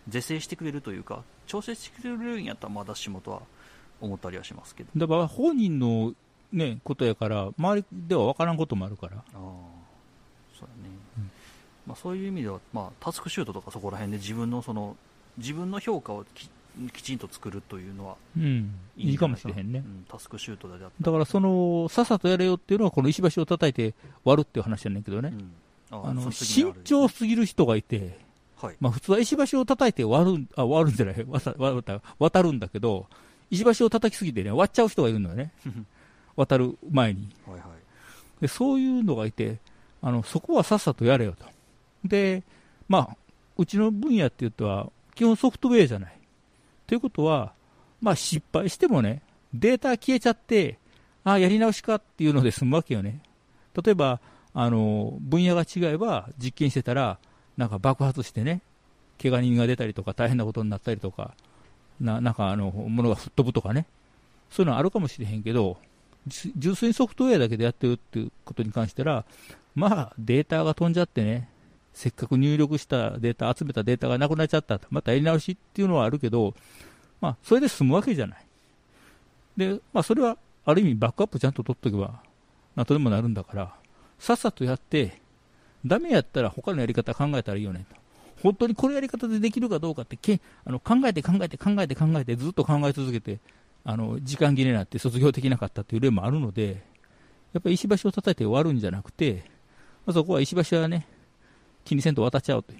是正してくれるというか、調整してくれるんやったらまだしもとは思ったりはしますけど。 だから本人の、ね、ことやから、周りでは分からんこともあるから。 ああ、そうだね。まあ、そういう意味では、まあ、タスクシュートとかそこら辺で自分の評価をきちんと作るというのは、 いいかもしれへんね。 タスクシュートであっただからさっさとやれよっていうのは、この石橋を叩いて割るっていう話やねんけどね。慎重すぎる人がいて、 はい、 まあ、普通は石橋を叩いて割るんじゃない、渡るんだけど、石橋を叩きすぎてね、割っちゃう人がいるのよね。渡る前に。 はいはい、 でそういうのがいて、そこはさっさとやれよと。で、まあ、うちの分野っていうとは、基本ソフトウェアじゃない。ということは、まあ、失敗してもね、データ消えちゃって、やり直しかっていうので済むわけよね。例えば、分野が違えば、実験してたら、なんか爆発してね、怪我人が出たりとか、大変なことになったりとか、なんか物が吹っ飛ぶとかね、そういうのはあるかもしれへんけど、純粋にソフトウェアだけでやってるっていうことに関しては、まあ、データが飛んじゃってね、せっかく入力したデータ、集めたデータがなくなっちゃった、またやり直しっていうのはあるけど、まあ、それで済むわけじゃない。で、まあ、それはある意味バックアップちゃんと取っとけば、なんとでもなるんだから、さっさとやって、ダメやったら他のやり方考えたらいいよねと。本当にこのやり方でできるかどうかって考えてずっと考え続けて、時間切れになって卒業できなかったっていう例もあるので、やっぱり石橋を叩いて終わるんじゃなくて、まあ、そこは石橋はね、気にせんと渡っちゃうという、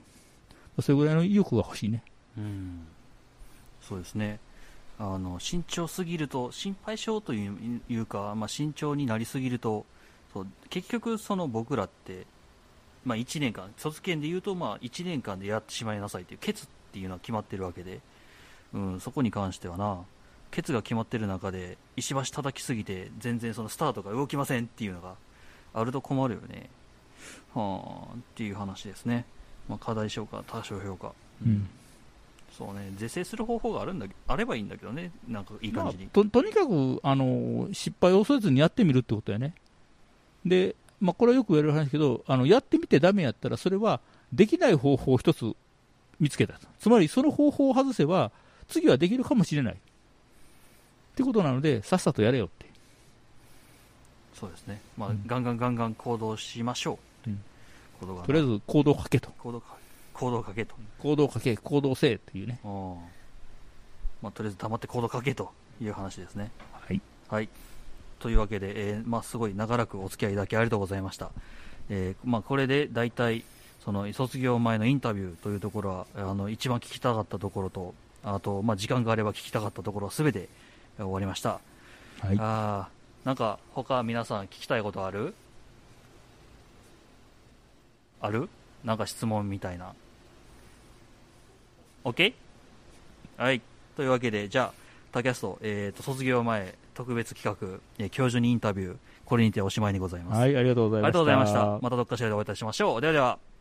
それぐらいの意欲が欲しいね。 そうですね。慎重すぎると、心配性というか、まあ、慎重になりすぎると、結局僕らって、まあ、1年間、卒検でいうと、まあ、1年間でやってしまいなさいという、ケツっていうのは決まってるわけで、そこに関してはな、ケツが決まってる中で、石橋叩きすぎて、全然スタートが動きませんっていうのがあると困るよね。っていう話ですね。まあ、過大評価、多少評価。そうね、是正する方法があればいいんだけどね、なんかいい感じに。 まあ、とにかく失敗を恐れずにやってみるってことやね。で、まあ、これはよく言われる話だけど、やってみてダメやったら、それはできない方法を一つ見つけたと。つまり、その方法を外せば、次はできるかもしれない。ってことなので、さっさとやれよって。 そうですね。まあ、ガンガン行動しましょう。 とりあえず行動をかけと。 行動かけと。 行動かけ、行動せえっていうね。 まあ、とりあえず黙って行動かけという話ですね。 はい。 はい。というわけで、まあ、すごい長らくお付き合いいただきありがとうございました。まあ、これで大体、卒業前のインタビューというところは、一番聞きたかったところと、あと、まあ、時間があれば聞きたかったところはすべて終わりました。 はい。 なんか、他皆さん聞きたいことある？なんか質問みたいな。OK？ はい。というわけで、じゃあ、タキャスト、卒業前特別企画、教授にインタビュー、これにておしまいにございます。 はい、ありがとうございました。 ありがとうございました。またどっかしらでお会いいたしましょう。ではでは。